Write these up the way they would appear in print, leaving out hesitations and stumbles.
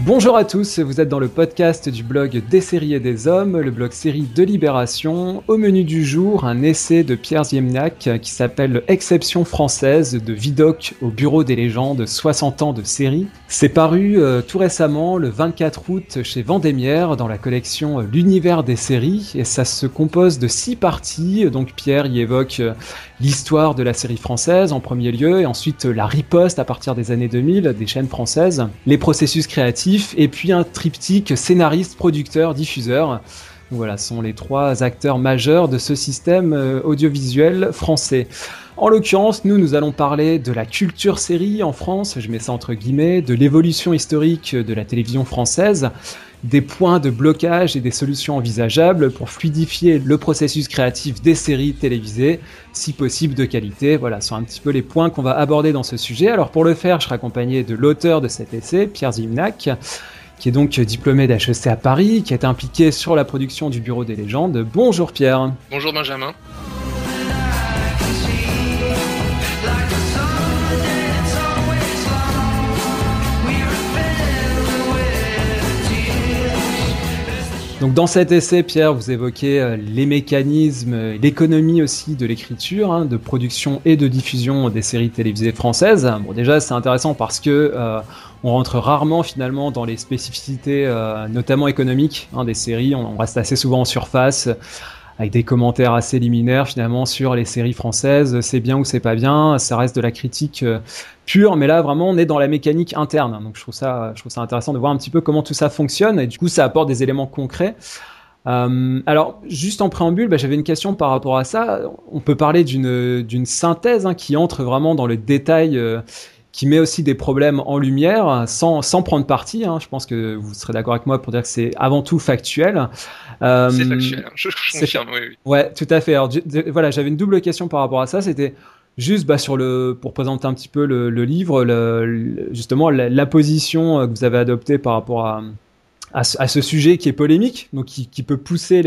Bonjour à tous, vous êtes dans le podcast du blog Des séries et des hommes, le blog série de Libération. Au menu du jour, un essai de Pierre Ziemniak qui s'appelle Exception française de Vidocq au bureau des légendes, 60 ans de série. C'est paru tout récemment, le 24 août, chez Vendémiaire, dans la collection L'univers des séries, et ça se compose de 6 parties. Donc Pierre y évoque l'histoire de la série française en premier lieu, et ensuite la riposte à partir des années 2000 des chaînes françaises, les processus créatifs, et puis un triptyque scénariste, producteur, diffuseur. Voilà, ce sont les 3 acteurs majeurs de ce système audiovisuel français. En l'occurrence, nous allons parler de la culture série en France, je mets ça entre guillemets, de l'évolution historique de la télévision française, des points de blocage et des solutions envisageables pour fluidifier le processus créatif des séries télévisées, si possible de qualité. Voilà, ce sont un petit peu les points qu'on va aborder dans ce sujet. Alors pour le faire, je serai accompagné de l'auteur de cet essai, Pierre Ziemniak, qui est donc diplômé d'HEC à Paris, qui est impliqué sur la production du Bureau des légendes. Bonjour Pierre. Bonjour Benjamin. Donc dans cet essai, Pierre, vous évoquez les mécanismes, l'économie aussi de l'écriture, de production et de diffusion des séries télévisées françaises. Bon, déjà, c'est intéressant parce que on rentre rarement finalement dans les spécificités, notamment économiques, des séries. On reste assez souvent en surface, avec des commentaires assez liminaires finalement sur les séries françaises, c'est bien ou c'est pas bien, ça reste de la critique pure, mais là vraiment on est dans la mécanique interne, donc je trouve ça intéressant de voir un petit peu comment tout ça fonctionne, et du coup ça apporte des éléments concrets. Alors juste en préambule, j'avais une question par rapport à ça. On peut parler d'une synthèse qui entre vraiment dans le détail, qui met aussi des problèmes en lumière, sans prendre parti. Je pense que vous serez d'accord avec moi pour dire que c'est avant tout factuel. C'est factuel, je confirme, oui. Ouais, tout à fait. Alors, voilà, j'avais une double question par rapport à ça. C'était juste pour présenter un petit peu le livre, justement la position que vous avez adoptée par rapport à ce sujet qui est polémique, donc qui peut pousser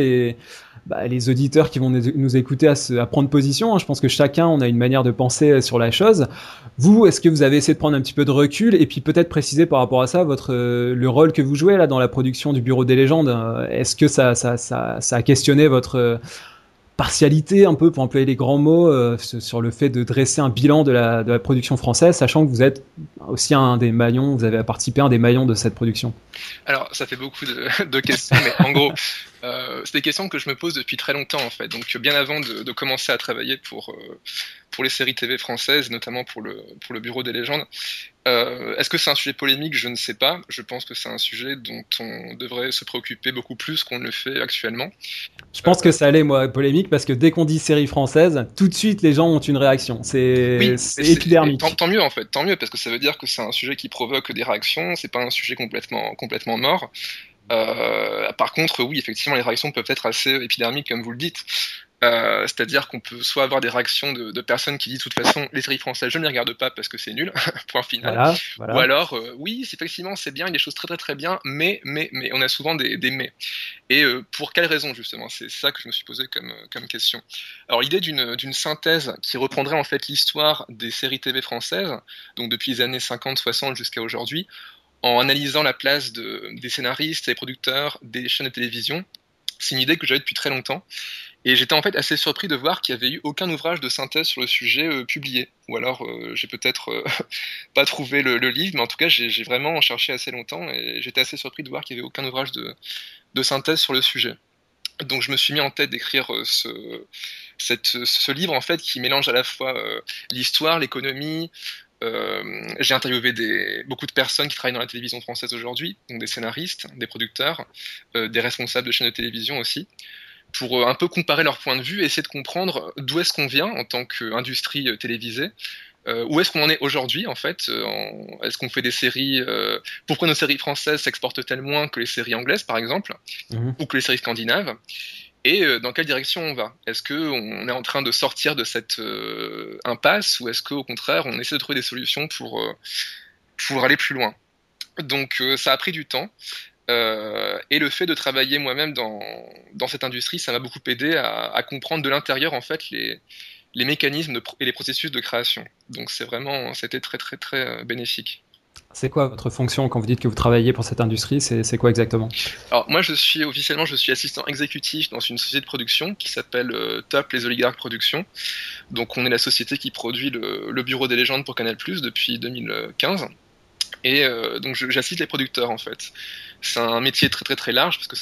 les auditeurs qui vont nous écouter à prendre position. Je pense que chacun, on a une manière de penser sur la chose. Vous, est-ce que vous avez essayé de prendre un petit peu de recul et puis peut-être préciser par rapport à ça le rôle que vous jouez là dans la production du Bureau des légendes? Est-ce que ça a questionné votre partialité un peu, pour employer les grands mots, sur le fait de dresser un bilan de la production française, sachant que vous êtes aussi un des maillons, vous avez participé à un des maillons de cette production? Alors, ça fait beaucoup de questions, mais en gros, c'est des questions que je me pose depuis très longtemps en fait. Donc, bien avant de commencer à travailler pour les séries TV françaises, notamment pour le Bureau des légendes. Est-ce que c'est un sujet polémique? Je ne sais pas. Je pense que c'est un sujet dont on devrait se préoccuper beaucoup plus qu'on ne le fait actuellement. Je pense que ça allait, moi, polémique, parce que dès qu'on dit série française, tout de suite les gens ont une réaction. C'est épidermique. Tant mieux en fait, tant mieux, parce que ça veut dire que c'est un sujet qui provoque des réactions. C'est pas un sujet complètement mort. Par contre, oui, effectivement, les réactions peuvent être assez épidermiques, comme vous le dites. C'est-à-dire qu'on peut soit avoir des réactions de personnes qui disent de toute façon les séries françaises je ne les regarde pas parce que c'est nul, point final. Voilà. Ou alors oui, effectivement c'est bien, il y a des choses très très très bien, mais on a souvent des mais. Et pour quelles raisons justement? C'est ça que je me suis posé comme question. Alors l'idée d'une synthèse qui reprendrait en fait l'histoire des séries TV françaises, donc depuis les années 50-60 jusqu'à aujourd'hui, en analysant la place des scénaristes, des producteurs, des chaînes de télévision, c'est une idée que j'avais depuis très longtemps. Et j'étais en fait assez surpris de voir qu'il n'y avait eu aucun ouvrage de synthèse sur le sujet publié. Ou alors j'ai peut-être pas trouvé le livre, mais en tout cas j'ai vraiment cherché assez longtemps et j'étais assez surpris de voir qu'il n'y avait aucun ouvrage de synthèse sur le sujet. Donc je me suis mis en tête d'écrire ce livre en fait qui mélange à la fois l'histoire, l'économie. J'ai interviewé beaucoup de personnes qui travaillent dans la télévision française aujourd'hui, donc des scénaristes, des producteurs, des responsables de chaînes de télévision aussi, pour un peu comparer leurs points de vue et essayer de comprendre d'où est-ce qu'on vient en tant qu'industrie télévisée, où est-ce qu'on en est aujourd'hui en fait, est-ce qu'on fait des séries, pourquoi nos séries françaises s'exportent-elles moins que les séries anglaises par exemple, ou que les séries scandinaves, et dans quelle direction on va? Est-ce qu'on est en train de sortir de cette impasse, ou est-ce qu'au contraire on essaie de trouver des solutions pour aller plus loin? Donc ça a pris du temps. Et le fait de travailler moi-même dans cette industrie, ça m'a beaucoup aidé à comprendre de l'intérieur en fait les mécanismes et les processus de création. Donc c'était très très très bénéfique. C'est quoi votre fonction quand vous dites que vous travaillez pour cette industrie? C'est quoi exactement? Alors moi officiellement je suis assistant exécutif dans une société de production qui s'appelle TOP les Oligarques Productions. Donc on est la société qui produit le Bureau des légendes pour Canal+ depuis 2015. Et donc j'assiste les producteurs en fait. C'est un métier très très très large parce que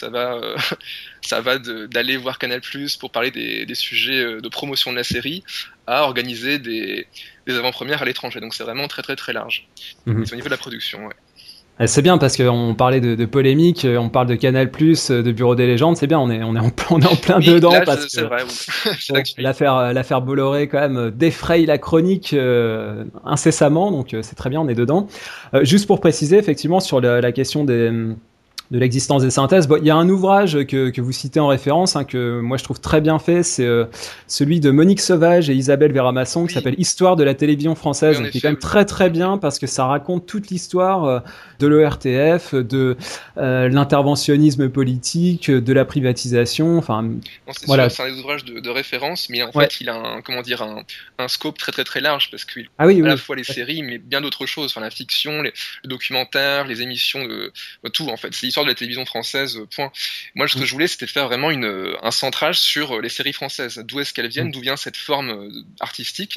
ça va d'aller voir Canal+ pour parler des sujets de promotion de la série à organiser des avant-premières à l'étranger. Donc c'est vraiment très très très large. Mhm. C'est au niveau de la production, ouais. C'est bien parce qu'on parlait de polémique, on parle de Canal+, de Bureau des légendes, c'est bien, on est en plein Oui, dedans là parce c'est que vrai, oui. C'est bon, d'actualité. l'affaire Bolloré quand même défraye la chronique incessamment, donc c'est très bien, on est dedans. Juste pour préciser, effectivement, sur la question de l'existence des synthèses. Bon, il y a un ouvrage que vous citez en référence, hein, que moi je trouve très bien fait, c'est celui de Monique Sauvage et Isabelle Véramasson, qui Oui, s'appelle Histoire de la télévision oui, en française, qui est quand effet, même oui. très très bien parce que ça raconte toute l'histoire de l'ORTF, de l'interventionnisme politique, de la privatisation, enfin Non, c'est voilà. sûr, c'est un des ouvrages de référence, mais en Ouais. fait, il a comment dire, un scope très très très large parce qu'il Ah oui, à la oui. fois les séries, mais bien d'autres choses, enfin la fiction, le documentaire, les émissions, tout en fait. C'est l'histoire de la télévision française, point. Moi, ce que Mm, je voulais, c'était de faire vraiment un centrage sur les séries françaises. D'où est-ce qu'elles viennent, mm. d'où vient cette forme artistique,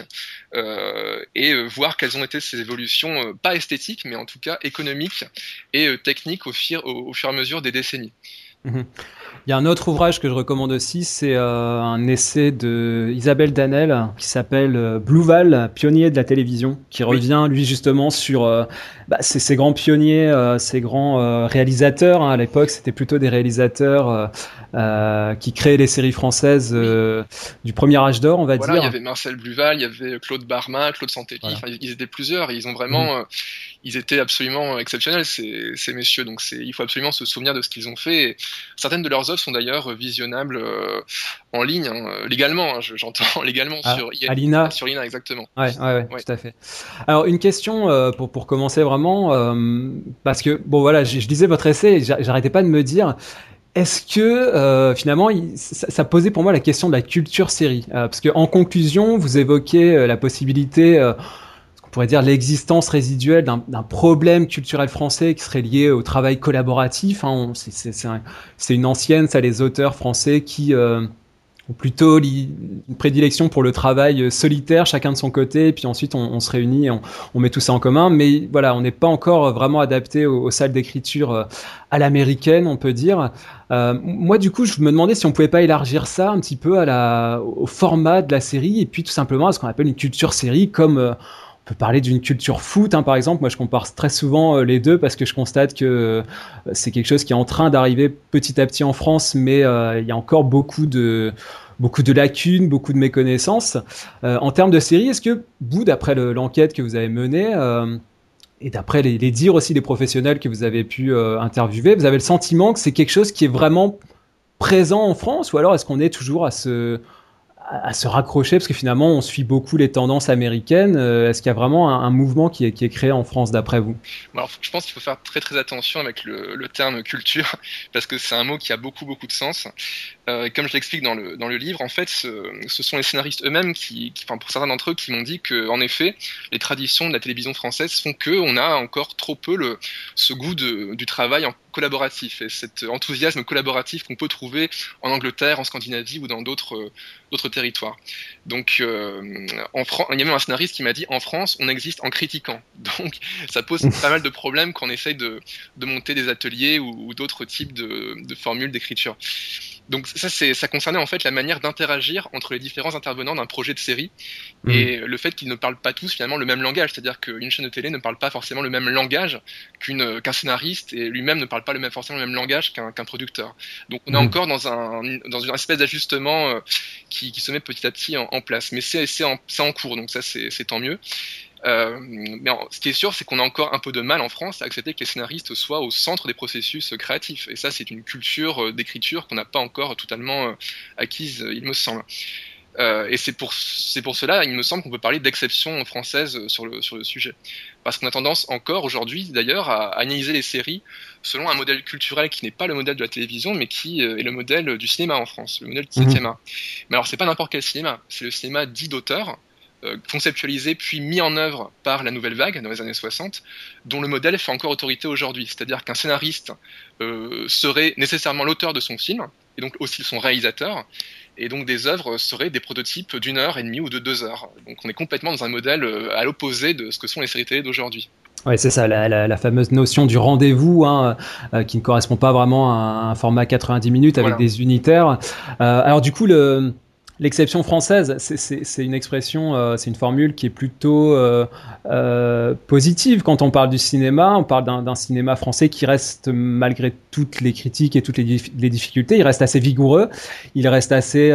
et voir quelles ont été ces évolutions, pas esthétiques, mais en tout cas économiques et techniques au fur et à mesure des décennies. Mhm. Il y a un autre ouvrage que je recommande aussi, c'est un essai de Isabelle Danel qui s'appelle Blouval, pionnier de la télévision, qui Oui, revient lui justement sur ces grands pionniers, ces grands réalisateurs. Hein. À l'époque, c'était plutôt des réalisateurs qui créaient les séries françaises oui. du premier âge d'or, on va Voilà, il y dire. avait Marcel Bluval, il y avait Claude Barma, Claude Santelli, Voilà. enfin, ils étaient plusieurs, et ils ont Mhm. vraiment, ils étaient absolument exceptionnels, ces messieurs, donc il faut absolument se souvenir de ce qu'ils ont fait, et certaines de leurs œuvres sont d'ailleurs visionnables en ligne, hein, légalement, hein, j'entends légalement Ah, sur Alina. sur l'INA, exactement. Ouais, Ouais. tout à fait. Alors une question pour commencer vraiment, parce que bon voilà, je lisais votre essai et j'arrêtais pas de me dire, est-ce que finalement ça posait pour moi la question de la culture série, parce que en conclusion vous évoquez la possibilité, ce qu'on pourrait dire l'existence résiduelle d'un problème culturel français qui serait lié au travail collaboratif. Hein, c'est une ancienne, ça les auteurs français qui ou plutôt une prédilection pour le travail solitaire, chacun de son côté, et puis ensuite on se réunit et on met tout ça en commun. Mais voilà, on n'est pas encore vraiment adapté aux salles d'écriture à l'américaine, on peut dire. Moi, du coup, je me demandais si on pouvait pas élargir ça un petit peu au format de la série, et puis tout simplement à ce qu'on appelle une culture série, comme on peut parler d'une culture foot, hein, par exemple. Moi, je compare très souvent les deux parce que je constate que c'est quelque chose qui est en train d'arriver petit à petit en France, mais il y a encore beaucoup de lacunes, beaucoup de méconnaissances. En termes de série, est-ce que vous, d'après l'enquête que vous avez menée, et d'après les dires aussi des professionnels que vous avez pu interviewer, vous avez le sentiment que c'est quelque chose qui est vraiment présent en France, ou alors est-ce qu'on est toujours à se raccrocher, parce que finalement on suit beaucoup les tendances américaines. Est-ce qu'il y a vraiment un mouvement qui est créé en France d'après vous? Bon, alors, je pense qu'il faut faire très très attention avec le terme culture, parce que c'est un mot qui a beaucoup beaucoup de sens. Comme je l'explique dans le livre, en fait, ce sont les scénaristes eux-mêmes enfin, pour certains d'entre eux, qui m'ont dit que, en effet, les traditions de la télévision française font que on a encore trop peu ce goût du travail en collaboratif et cet enthousiasme collaboratif qu'on peut trouver en Angleterre, en Scandinavie ou dans d'autres territoires. Donc, il y a même un scénariste qui m'a dit en France, on existe en critiquant. Donc, ça pose pas mal de problèmes quand on essaye de monter des ateliers ou d'autres types de formules d'écriture. Donc ça concernait en fait la manière d'interagir entre les différents intervenants d'un projet de série Mhm. et le fait qu'ils ne parlent pas tous finalement le même langage, c'est-à-dire qu'une chaîne de télé ne parle pas forcément le même langage qu'un scénariste et lui-même ne parle pas forcément le même langage qu'un producteur. Donc on est Mhm. encore dans une espèce d'ajustement qui se met petit à petit en place, mais c'est en cours, donc ça c'est tant mieux. Ce qui est sûr, c'est qu'on a encore un peu de mal en France à accepter que les scénaristes soient au centre des processus créatifs. Et ça, c'est une culture d'écriture qu'on n'a pas encore totalement acquise, il me semble. Et c'est pour cela, il me semble qu'on peut parler d'exception française sur le sujet. Parce qu'on a tendance encore aujourd'hui, d'ailleurs, à analyser les séries selon un modèle culturel qui n'est pas le modèle de la télévision, mais qui est le modèle du cinéma en France, le modèle du Mhm. 7e art. Mais alors, c'est pas n'importe quel cinéma, c'est le cinéma dit d'auteur, conceptualisé puis mis en œuvre par la Nouvelle Vague dans les années 60, dont le modèle fait encore autorité aujourd'hui. C'est-à-dire qu'un scénariste serait nécessairement l'auteur de son film, et donc aussi son réalisateur, et donc des œuvres seraient des prototypes d'1h30 ou de 2 heures. Donc on est complètement dans un modèle à l'opposé de ce que sont les séries télé d'aujourd'hui. Ouais, c'est ça, la fameuse notion du rendez-vous, hein, qui ne correspond pas vraiment à un format 90 minutes avec des unitaires. Alors du coup, l'exception française, c'est une expression, c'est une formule qui est plutôt positive quand on parle du cinéma. On parle d'un cinéma français qui reste, malgré toutes les critiques et toutes les difficultés, il reste assez vigoureux, il reste assez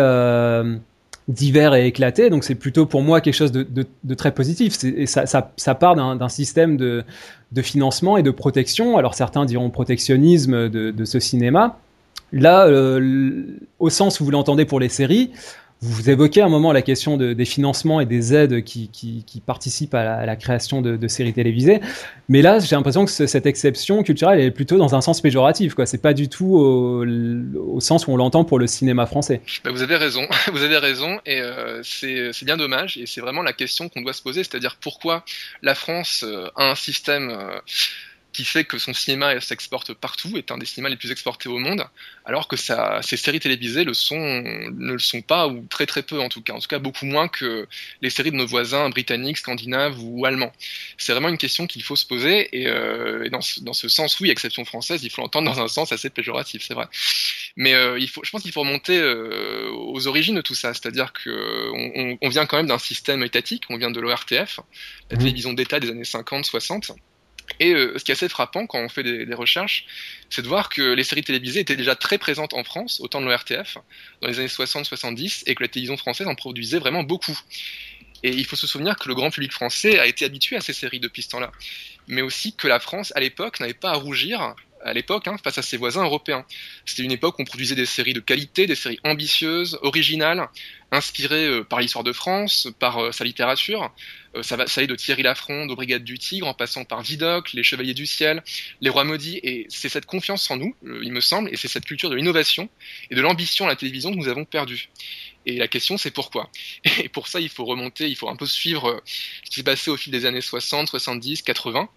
divers et éclaté, donc c'est plutôt pour moi quelque chose de très positif. Et ça part d'un système de financement et de protection. Alors certains diront protectionnisme de ce cinéma. Là, au sens où vous l'entendez pour les séries, vous évoquez à un moment la question des financements et des aides qui participent à la création de séries télévisées. Mais là, j'ai l'impression que cette exception culturelle est plutôt dans un sens péjoratif, quoi. C'est pas du tout au sens où on l'entend pour le cinéma français. Bah vous avez raison, vous avez raison, et c'est bien dommage, et c'est vraiment la question qu'on doit se poser, c'est-à-dire pourquoi la France a un système qui fait que son cinéma s'exporte partout, est un des cinémas les plus exportés au monde, alors que ses séries télévisées ne le sont pas, ou très très peu en tout cas beaucoup moins que les séries de nos voisins britanniques, scandinaves ou allemands. C'est vraiment une question qu'il faut se poser, et dans ce sens, oui, exception française, il faut l'entendre dans un sens assez péjoratif, c'est vrai. Mais je pense qu'il faut remonter aux origines de tout ça, c'est-à-dire qu'on vient quand même d'un système étatique, on vient de l'ORTF, la télévision d'État des années 50-60, et ce qui est assez frappant quand on fait des recherches, c'est de voir que les séries télévisées étaient déjà très présentes en France, au temps de l'ORTF, dans les années 60-70, et que la télévision française en produisait vraiment beaucoup. Et il faut se souvenir que le grand public français a été habitué à ces séries depuis ce temps-là, mais aussi que la France, à l'époque, n'avait pas à rougir face à ses voisins européens. C'était une époque où on produisait des séries de qualité, des séries ambitieuses, originales, inspirées par l'histoire de France, par sa littérature. Ça allait de Thierry Lafronde aux Brigades du Tigre, en passant par Vidocq, les Chevaliers du Ciel, les Rois Maudits, et c'est cette confiance en nous, il me semble, et c'est cette culture de l'innovation et de l'ambition à la télévision que nous avons perdue. Et la question, c'est pourquoi. Et pour ça, il faut remonter, il faut un peu suivre ce qui s'est passé au fil des années 60, 70, 80.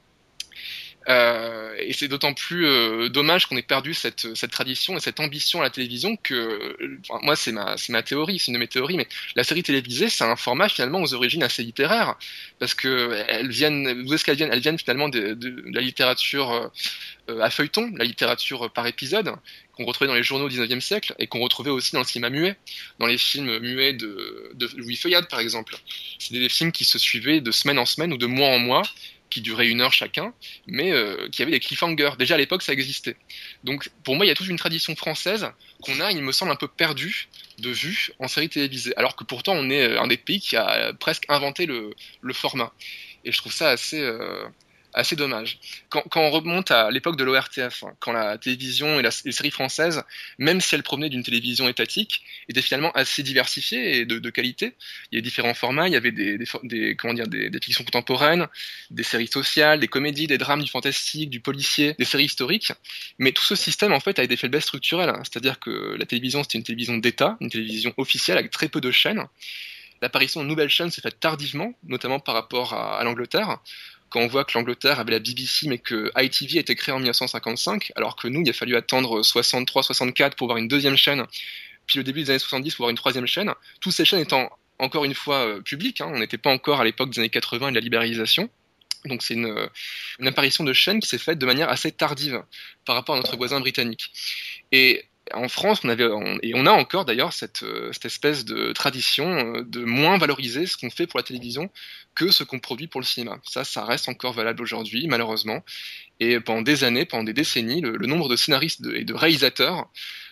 Et c'est d'autant plus dommage qu'on ait perdu cette tradition et cette ambition à la télévision que, moi c'est ma théorie, c'est une de mes théories, mais la série télévisée c'est un format finalement aux origines assez littéraires, parce que d'où est-ce qu'elles viennent? Elles viennent finalement de la littérature à feuilleton, la littérature par épisode, qu'on retrouvait dans les journaux au XIXe siècle et qu'on retrouvait aussi dans le cinéma muet, dans les films muets de Louis Feuillade par exemple. C'était des films qui se suivaient de semaine en semaine ou de mois en mois, qui duraient 1 heure chacun, mais qui avaient des cliffhangers. Déjà à l'époque, ça existait. Donc pour moi, il y a toute une tradition française qu'on a, il me semble, un peu perdue de vue en série télévisée, alors que pourtant on est un des pays qui a presque inventé le format. Et je trouve ça assez dommage. Quand on remonte à l'époque de l'ORTF, hein, quand la télévision et les séries françaises, même si elles provenaient d'une télévision étatique, étaient finalement assez diversifiées et de qualité. Il y avait différents formats, il y avait des fictions contemporaines, des séries sociales, des comédies, des drames, du fantastique, du policier, des séries historiques. Mais tout ce système, en fait, a des faiblesses structurelles. Hein. C'est-à-dire que la télévision, c'était une télévision d'État, une télévision officielle avec très peu de chaînes. L'apparition de nouvelles chaînes s'est faite tardivement, notamment par rapport à l'Angleterre. Quand on voit que l'Angleterre avait la BBC mais que ITV a été créé en 1955, alors que nous, il a fallu attendre 63-64 pour voir une deuxième chaîne, puis le début des années 70 pour voir une troisième chaîne, toutes ces chaînes étant encore une fois publiques, hein, on n'était pas encore à l'époque des années 80 et de la libéralisation, donc c'est une apparition de chaînes qui s'est faite de manière assez tardive par rapport à notre voisin britannique. Et en France, on a encore d'ailleurs cette espèce de tradition de moins valoriser ce qu'on fait pour la télévision que ce qu'on produit pour le cinéma. Ça reste encore valable aujourd'hui, malheureusement. Et pendant des années, pendant des décennies, le nombre de scénaristes et de réalisateurs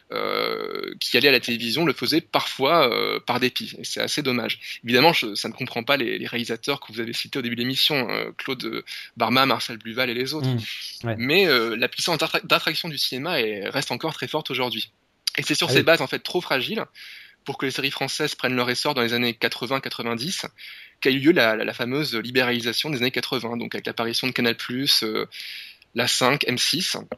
qui allaient à la télévision le faisaient parfois par dépit. Et c'est assez dommage. Évidemment, ça ne comprend pas les réalisateurs que vous avez cités au début de l'émission, Claude Barma, Marcel Bluval et les autres. Ouais. Mais la puissance d'attraction du cinéma reste encore très forte aujourd'hui. Et c'est sur ces bases en fait trop fragiles pour que les séries françaises prennent leur essor dans les années 80-90 qu'a eu lieu la fameuse libéralisation des années 80, donc avec l'apparition de Canal+, la 5, M6,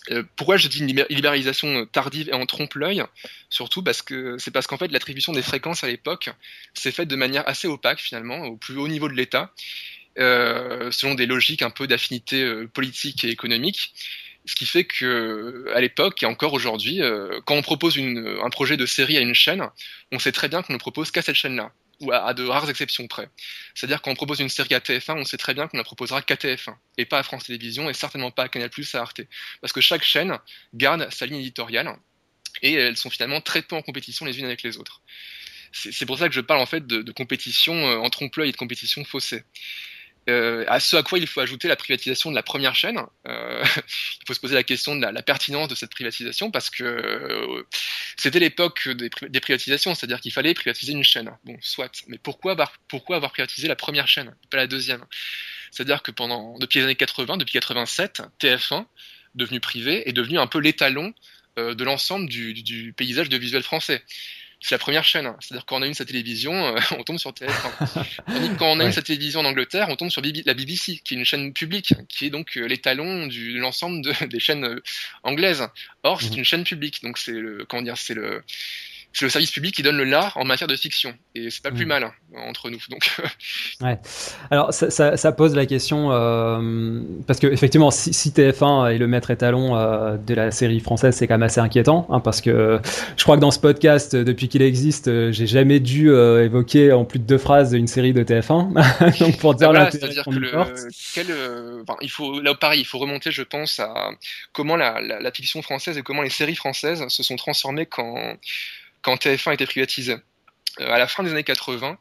Pourquoi je dis une libéralisation tardive et en trompe-l'œil? Surtout parce qu'en fait l'attribution des fréquences à l'époque s'est faite de manière assez opaque finalement, au plus haut niveau de l'État, selon des logiques un peu d'affinité politique et économique. Ce qui fait que à l'époque et encore aujourd'hui, quand on propose un projet de série à une chaîne, on sait très bien qu'on ne propose qu'à cette chaîne-là, ou à de rares exceptions près. C'est-à-dire quand on propose une série à TF1, on sait très bien qu'on la proposera qu'à TF1, et pas à France Télévisions, et certainement pas à Canal+, à Arte. Parce que chaque chaîne garde sa ligne éditoriale, et elles sont finalement très peu en compétition les unes avec les autres. C'est pour ça que je parle en fait de compétition en trompe-l'œil et de compétition faussée. À ce à quoi il faut ajouter la privatisation de la première chaîne. Il faut se poser la question de la pertinence de cette privatisation parce que c'était l'époque des privatisations, c'est-à-dire qu'il fallait privatiser une chaîne. Bon, soit, mais pourquoi avoir privatisé la première chaîne, pas la deuxième? C'est-à-dire que depuis les années 80, depuis 87, TF1, devenu privé, est devenu un peu l'étalon de l'ensemble du paysage de visuel français. C'est la première chaîne. C'est-à-dire quand on a une sa télévision, on tombe sur TF1. Tandis que quand on a une sa télévision en Angleterre, on tombe sur la BBC, qui est une chaîne publique, qui est donc l'étalon de l'ensemble des chaînes anglaises. Or, c'est une chaîne publique, donc c'est le service public qui donne le la en matière de fiction. Et c'est pas plus mal entre nous. Donc. Ouais. Alors ça pose la question parce que effectivement si TF1 est le maître étalon de la série française, c'est quand même assez inquiétant parce que je crois que dans ce podcast depuis qu'il existe, j'ai jamais dû évoquer en plus de 2 phrases une série de TF1. Donc pour dire c'est-à-dire que il faut remonter, je pense, à comment la fiction française et comment les séries françaises se sont transformées quand TF1 a été privatisé. À la fin des années 80,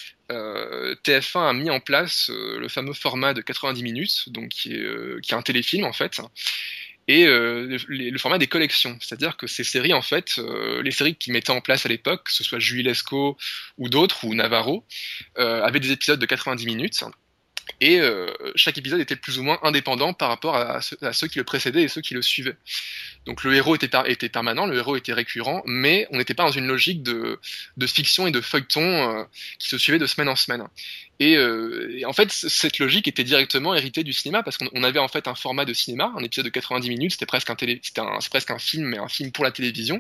TF1 a mis en place le fameux format de 90 minutes, donc qui est un téléfilm en fait, et le format des collections. C'est-à-dire que ces séries, en fait, les séries qu'ils mettaient en place à l'époque, que ce soit Julie Lescaut ou d'autres, ou Navarro, avaient des épisodes de 90 minutes. Et chaque épisode était plus ou moins indépendant par rapport à ceux qui le précédaient et ceux qui le suivaient. Donc le héros était permanent, le héros était récurrent, mais on n'était pas dans une logique de fiction et de feuilleton qui se suivaient de semaine en semaine. Et en fait, cette logique était directement héritée du cinéma, parce qu'on avait en fait un format de cinéma, un épisode de 90 minutes, c'est presque un film, mais un film pour la télévision.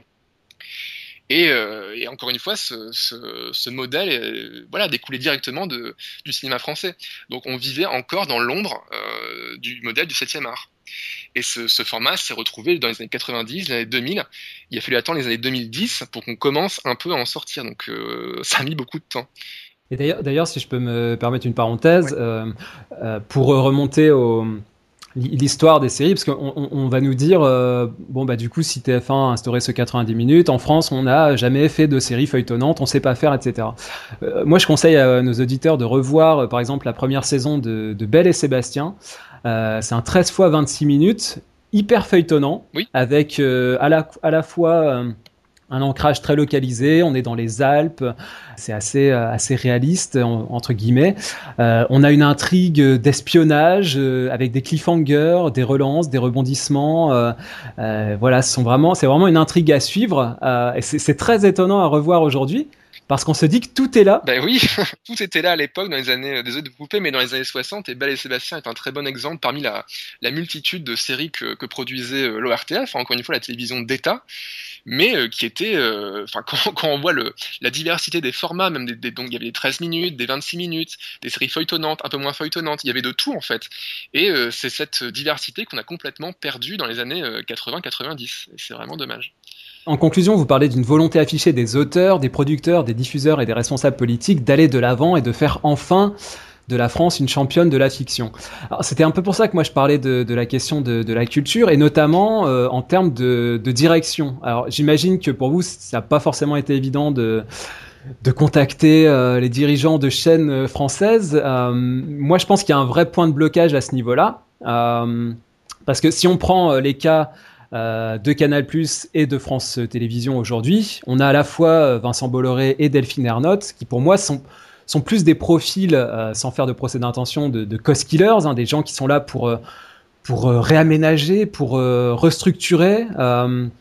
Et encore une fois, ce modèle découlait directement du cinéma français. Donc on vivait encore dans l'ombre du modèle du 7e art. Et ce format s'est retrouvé dans les années 90, les années 2000. Il a fallu attendre les années 2010 pour qu'on commence un peu à en sortir. Donc ça a mis beaucoup de temps. Et d'ailleurs, si je peux me permettre une parenthèse, pour remonter l'histoire des séries, parce qu'on va nous dire du coup si TF1 a instauré ce 90 minutes, en France on n'a jamais fait de séries feuilletonnantes, on sait pas faire, etc. Moi je conseille à nos auditeurs de revoir par exemple la première saison de Belle et Sébastien. C'est un 13 x 26 minutes hyper feuilletonnant, avec à la fois un ancrage très localisé, on est dans les Alpes, c'est assez réaliste entre guillemets. On a une intrigue d'espionnage avec des cliffhangers, des relances, des rebondissements. C'est vraiment une intrigue à suivre. Et c'est très étonnant à revoir aujourd'hui. Parce qu'on se dit que tout est là. Ben oui, tout était là à l'époque, dans les années, désolé de vous couper, mais dans les années 60, et Belle et Sébastien est un très bon exemple parmi la multitude de séries que produisait l'ORTF, encore une fois la télévision d'État, mais qui était, quand on voit la diversité des formats, même donc il y avait des 13 minutes, des 26 minutes, des séries feuilletonnantes, un peu moins feuilletonnantes, il y avait de tout en fait. Et c'est cette diversité qu'on a complètement perdue dans les années 80-90, et c'est vraiment dommage. En conclusion, vous parlez d'une volonté affichée des auteurs, des producteurs, des diffuseurs et des responsables politiques d'aller de l'avant et de faire enfin de la France une championne de la fiction. Alors, c'était un peu pour ça que moi je parlais de la question de la culture et notamment en termes de direction. Alors j'imagine que pour vous ça n'a pas forcément été évident de contacter les dirigeants de chaînes françaises. Moi je pense qu'il y a un vrai point de blocage à ce niveau-là. Parce que si on prend les cas de Canal+ et de France Télévisions aujourd'hui, on a à la fois Vincent Bolloré et Delphine Ernotte qui pour moi sont plus des profils, sans faire de procès d'intention, de cost killers, des gens qui sont là pour réaménager, pour restructurer,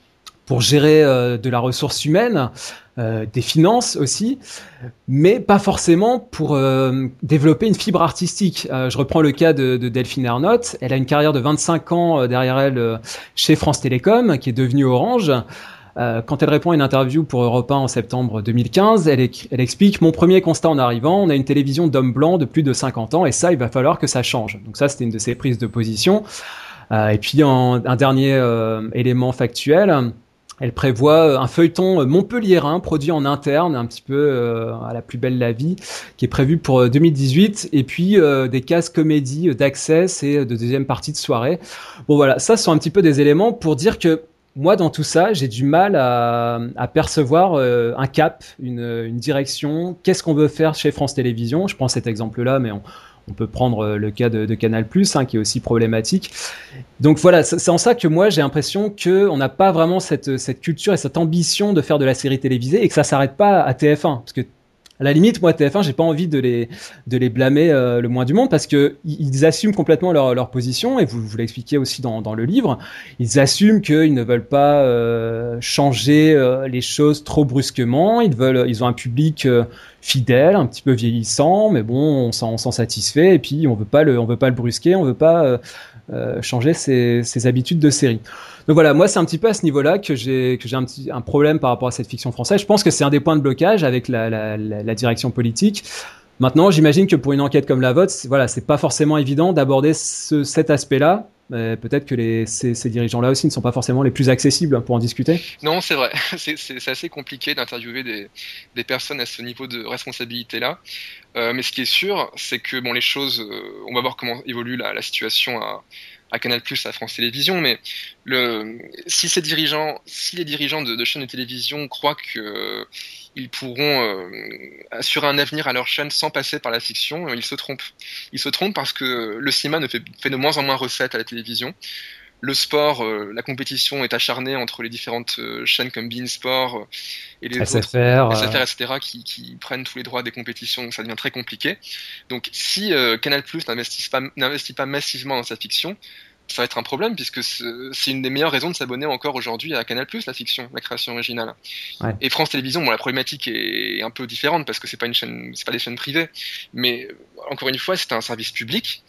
pour gérer de la ressource humaine, des finances aussi, mais pas forcément pour développer une fibre artistique. Je reprends le cas de Delphine Ernotte. Elle a une carrière de 25 ans derrière elle chez France Télécom, qui est devenue Orange. Quand elle répond à une interview pour Europe 1 en septembre 2015, elle explique: mon premier constat en arrivant, on a une télévision d'hommes blancs de plus de 50 ans et ça, il va falloir que ça change. Donc ça, c'était une de ses prises de position. Et puis un dernier élément factuel, elle prévoit un feuilleton montpelliérain produit en interne, un petit peu à la plus belle la vie, qui est prévu pour 2018, et puis des cases comédies d'Access et de deuxième partie de soirée. Bon voilà, ça sont un petit peu des éléments pour dire que moi, dans tout ça, j'ai du mal à percevoir un cap, une direction. Qu'est-ce qu'on veut faire chez France Télévisions? Je prends cet exemple-là, mais on peut prendre le cas de Canal+, hein, qui est aussi problématique. Donc voilà, c'est en ça que moi j'ai l'impression qu'on n'a pas vraiment cette culture et cette ambition de faire de la série télévisée et que ça s'arrête pas à TF1. Parce que à la limite, moi TF1, j'ai pas envie de les blâmer le moins du monde parce que ils assument complètement leur position et vous l'expliquez aussi dans le livre. Ils assument qu'ils ne veulent pas changer les choses trop brusquement. Ils ont un public fidèle, un petit peu vieillissant, mais bon, on s'en satisfait et puis on veut pas le brusquer, on veut pas changer ses habitudes de série. Donc voilà, moi c'est un petit peu à ce niveau-là que j'ai un problème par rapport à cette fiction française. Je pense que c'est un des points de blocage avec la direction politique. Maintenant, j'imagine que pour une enquête comme la vôtre, c'est pas forcément évident d'aborder cet aspect-là. Peut-être que ces dirigeants-là aussi ne sont pas forcément les plus accessibles pour en discuter. Non, c'est vrai. C'est assez compliqué d'interviewer des personnes à ce niveau de responsabilité-là. Mais ce qui est sûr, c'est que bon, les choses, on va voir comment évolue la situation à Canal+, à France Télévisions, mais si les dirigeants de chaînes de télévision croient que ils pourront assurer un avenir à leur chaîne sans passer par la fiction, ils se trompent. Ils se trompent parce que le cinéma fait de moins en moins recettes à la télévision. Le sport, la compétition est acharnée entre les différentes chaînes comme beIN Sport et les SFR, autres, SFR, etc., qui prennent tous les droits des compétitions, donc ça devient très compliqué. Donc si Canal+ n'investit pas massivement dans sa fiction, ça va être un problème puisque c'est une des meilleures raisons de s'abonner encore aujourd'hui à Canal+, la fiction, la création originale. Ouais. Et France Télévisions, bon, la problématique est un peu différente parce que c'est pas des chaînes privées, mais encore une fois, c'est un service public.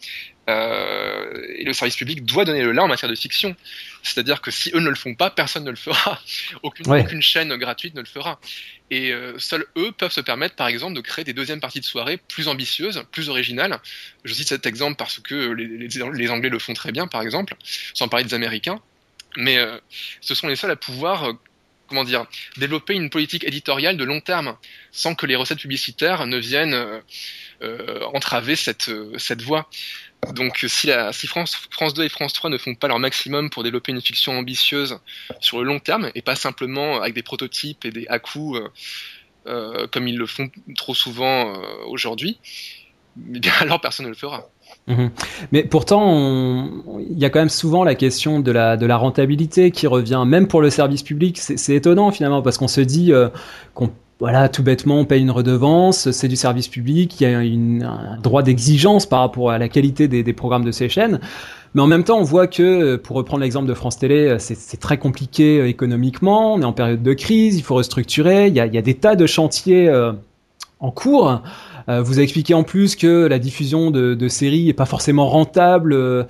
Et le service public doit donner le là en matière de fiction. C'est-à-dire que si eux ne le font pas, personne ne le fera. Aucune chaîne gratuite ne le fera. Et seuls eux peuvent se permettre, par exemple, de créer des deuxièmes parties de soirée plus ambitieuses, plus originales. Je cite cet exemple parce que les Anglais le font très bien, par exemple, sans parler des Américains. Mais ce sont les seuls à pouvoir développer une politique éditoriale de long terme, sans que les recettes publicitaires ne viennent entraver cette voie. Donc si France 2 et France 3 ne font pas leur maximum pour développer une fiction ambitieuse sur le long terme, et pas simplement avec des prototypes et des à-coups comme ils le font trop souvent aujourd'hui, eh bien alors personne ne le fera. Mmh. Mais pourtant, il y a quand même souvent la question de la rentabilité qui revient, même pour le service public. C'est étonnant finalement, parce qu'on se dit voilà, tout bêtement, on paye une redevance, c'est du service public, il y a un droit d'exigence par rapport à la qualité des programmes de ces chaînes. Mais en même temps, on voit que, pour reprendre l'exemple de France Télé, c'est très compliqué économiquement, on est en période de crise, il faut restructurer, il y a des tas de chantiers en cours. Vous expliquez en plus que la diffusion de séries n'est pas forcément rentable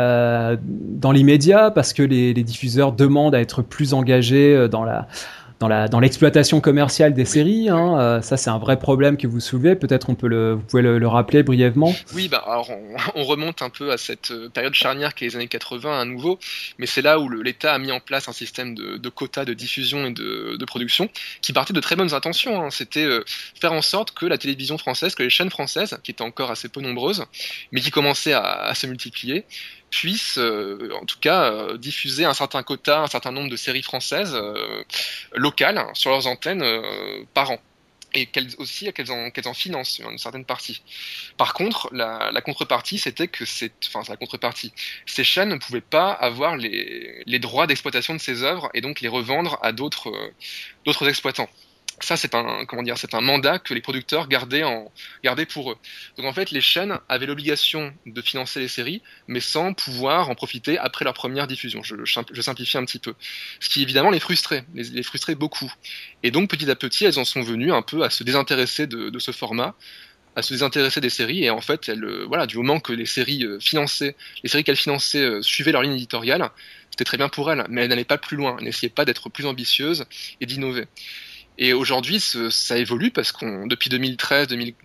dans l'immédiat parce que les diffuseurs demandent à être plus engagés dans l'exploitation commerciale des séries. Hein. Ça, c'est un vrai problème que vous soulevez. Peut-être vous pouvez le rappeler brièvement. Oui, alors on remonte un peu à cette période charnière qui est les années 80 à nouveau, mais c'est là où l'État a mis en place un système de quotas de diffusion et de production qui partait de très bonnes intentions. Hein. C'était faire en sorte que la télévision française, que les chaînes françaises, qui étaient encore assez peu nombreuses, mais qui commençaient à se multiplier, puissent en tout cas diffuser un certain quota, un certain nombre de séries françaises locales sur leurs antennes par an. Et qu'elles en financent une certaine partie. Par contre, la contrepartie, c'était que ces chaînes ne pouvaient pas avoir les droits d'exploitation de ces œuvres et donc les revendre à d'autres exploitants. Ça, c'est un mandat que les producteurs gardaient pour eux. Donc en fait, les chaînes avaient l'obligation de financer les séries, mais sans pouvoir en profiter après leur première diffusion. Je simplifie un petit peu. Ce qui évidemment les frustrait beaucoup. Et donc petit à petit, elles en sont venues un peu à se désintéresser de ce format, à se désintéresser des séries, et en fait, du moment que les séries qu'elles finançaient suivaient leur ligne éditoriale, c'était très bien pour elles, mais elles n'allaient pas plus loin, elles n'essayaient pas d'être plus ambitieuses et d'innover. Et aujourd'hui, ça évolue parce depuis 2013,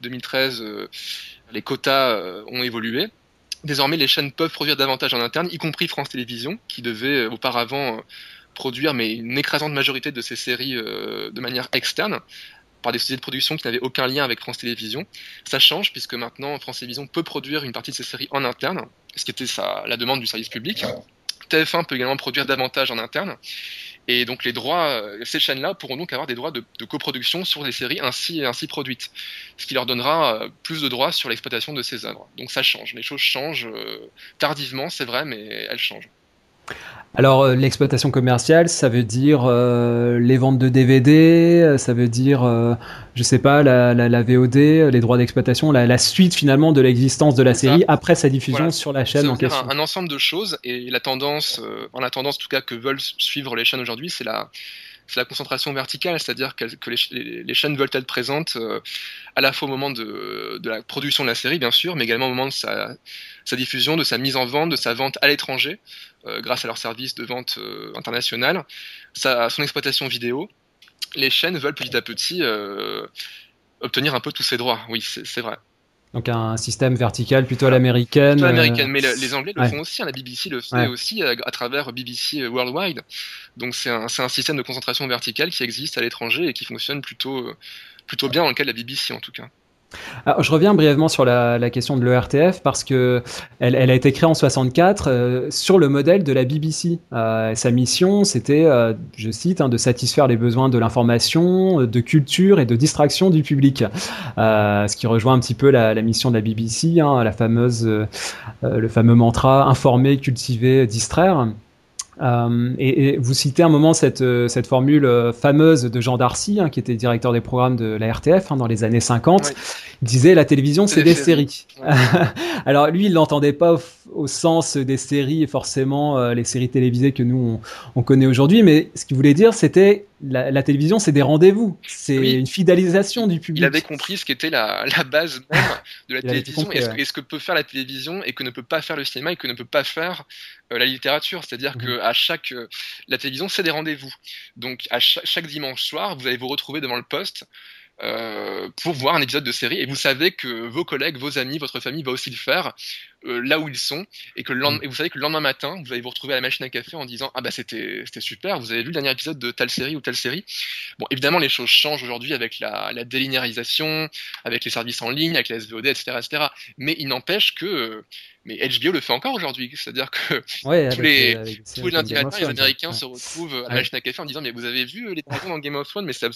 les quotas ont évolué. Désormais, les chaînes peuvent produire davantage en interne, y compris France Télévisions, qui devait auparavant produire une écrasante majorité de ces séries de manière externe, par des sociétés de production qui n'avaient aucun lien avec France Télévisions. Ça change puisque maintenant France Télévisions peut produire une partie de ses séries en interne, ce qui était la demande du service public. TF1 peut également produire davantage en interne. Et donc ces chaînes-là pourront donc avoir des droits de coproduction sur les séries ainsi produites, ce qui leur donnera plus de droits sur l'exploitation de ces œuvres. Donc ça change, les choses changent tardivement, c'est vrai, mais elles changent. Alors, l'exploitation commerciale, ça veut dire les ventes de DVD, ça veut dire, je sais pas, la VOD, les droits d'exploitation, la suite finalement de l'existence de la série après sa diffusion sur la chaîne en question. Un ensemble de choses, et la tendance en tout cas que veulent suivre les chaînes aujourd'hui, c'est la concentration verticale, c'est-à-dire que les chaînes veulent être présentes à la fois au moment de la production de la série, bien sûr, mais également au moment de sa diffusion, de sa mise en vente, de sa vente à l'étranger, grâce à leur service de vente international, son exploitation vidéo. Les chaînes veulent petit à petit obtenir un peu tous ces droits, oui, c'est vrai. Donc un système vertical plutôt à l'américaine. Plutôt à l'américaine, mais les Anglais le font aussi, la BBC le fait aussi à travers BBC Worldwide. Donc c'est un système de concentration verticale qui existe à l'étranger et qui fonctionne plutôt bien dans le cas de la BBC en tout cas. Alors, je reviens brièvement sur la question de l'ERTF parce que elle a été créée en 64 sur le modèle de la BBC. Sa mission, c'était, je cite, de satisfaire les besoins de l'information, de culture et de distraction du public. Ce qui rejoint un petit peu la mission de la BBC, le fameux mantra informer, cultiver, distraire. Et vous citez un moment cette formule fameuse de Jean Darcy, qui était directeur des programmes de la RTF dans les années 50. Il disait la télévision c'est des séries. Ouais. Alors lui il l'entendait pas au sens des séries forcément les séries télévisées que nous on connaît aujourd'hui, mais ce qu'il voulait dire c'était la télévision c'est des rendez-vous, c'est une fidélisation du public. Il avait compris ce qu'était la base même de la télévision et ce que peut faire la télévision et que ne peut pas faire le cinéma et que ne peut pas faire la littérature, c'est-à-dire que la télévision c'est des rendez-vous. Donc à chaque dimanche soir, vous allez vous retrouver devant le poste pour voir un épisode de série et vous savez que vos collègues, vos amis, votre famille va aussi le faire là où ils sont et et vous savez que le lendemain matin vous allez vous retrouver à la machine à café en disant c'était super, vous avez vu le dernier épisode de telle série ou telle série. Bon, évidemment les choses changent aujourd'hui avec la délinéarisation, avec les services en ligne, avec la SVOD, etc. Mais il n'empêche que mais HBO le fait encore aujourd'hui, c'est-à-dire que tous les lundis matins, les Américains se retrouvent à la machine à café en disant mais vous avez vu les dragons dans Game of Thrones, mais ça.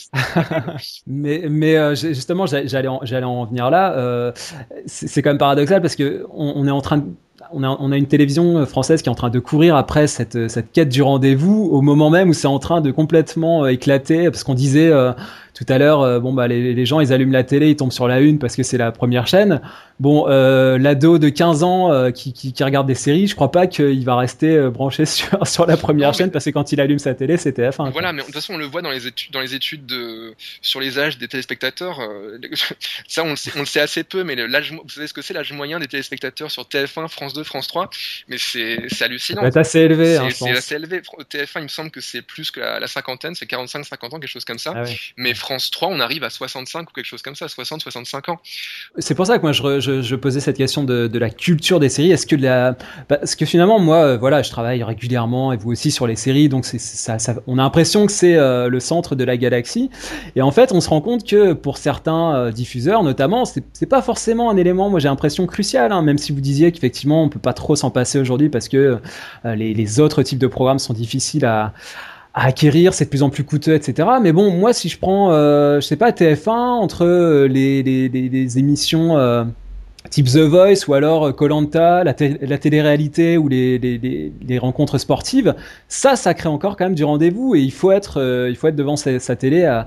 mais justement, j'allais en venir là. C'est quand même paradoxal parce que on est en train de on a une télévision française qui est en train de courir après cette quête du rendez-vous au moment même où c'est en train de complètement éclater, parce qu'on disait tout à l'heure, les gens ils allument la télé, ils tombent sur la une parce que c'est la première chaîne. Bon, l'ado de 15 ans qui regarde des séries, je crois pas qu'il va rester branché sur la première chaîne parce que quand il allume sa télé, c'est TF1. Voilà, mais de toute façon on le voit dans les études sur les âges des téléspectateurs. Ça on le sait assez peu, mais vous savez ce que c'est l'âge moyen des téléspectateurs sur TF1, France 2, France 3, mais c'est hallucinant. C'est assez élevé. C'est assez élevé. TF1, il me semble que c'est plus que la cinquantaine, c'est 45-50 ans, quelque chose comme ça. Ah ouais. Mais France 3, on arrive à 65 ou quelque chose comme ça, 60-65 ans. C'est pour ça que moi je posais cette question de la culture des séries. Est-ce que parce que finalement moi, je travaille régulièrement et vous aussi sur les séries, donc on a l'impression que c'est le centre de la galaxie. Et en fait, on se rend compte que pour certains diffuseurs, notamment, c'est pas forcément un élément. Moi, j'ai l'impression crucial, même si vous disiez qu'effectivement, on peut pas trop s'en passer aujourd'hui parce que les autres types de programmes sont difficiles à acquérir, c'est de plus en plus coûteux, etc. Mais bon, moi, si je prends, je sais pas, TF1 entre les émissions type The Voice ou alors Koh-Lanta, la télé-réalité ou les rencontres sportives, ça crée encore quand même du rendez-vous et il faut être devant sa télé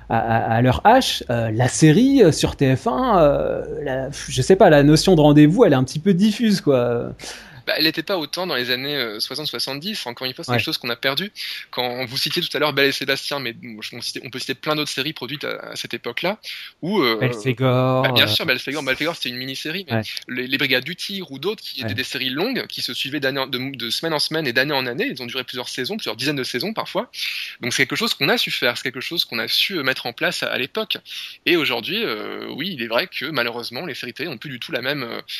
à leur hache. La série sur TF1, je sais pas, la notion de rendez-vous, elle est un petit peu diffuse, quoi. Bah, elle n'était pas autant dans les années 60-70. Encore une fois, c'est quelque chose qu'on a perdu. Quand vous citiez tout à l'heure Belle et Sébastien, mais on peut citer plein d'autres séries produites à cette époque-là. Où, bien sûr, Belphégor, c'était une mini-série, mais les Brigades du Tigre ou d'autres qui étaient des séries longues, qui se suivaient de semaine en semaine et d'année en année. Ils ont duré plusieurs saisons, plusieurs dizaines de saisons parfois. Donc c'est quelque chose qu'on a su faire, c'est quelque chose qu'on a su mettre en place à l'époque. Et aujourd'hui, oui, il est vrai que malheureusement, les séries télé n'ont plus du tout la même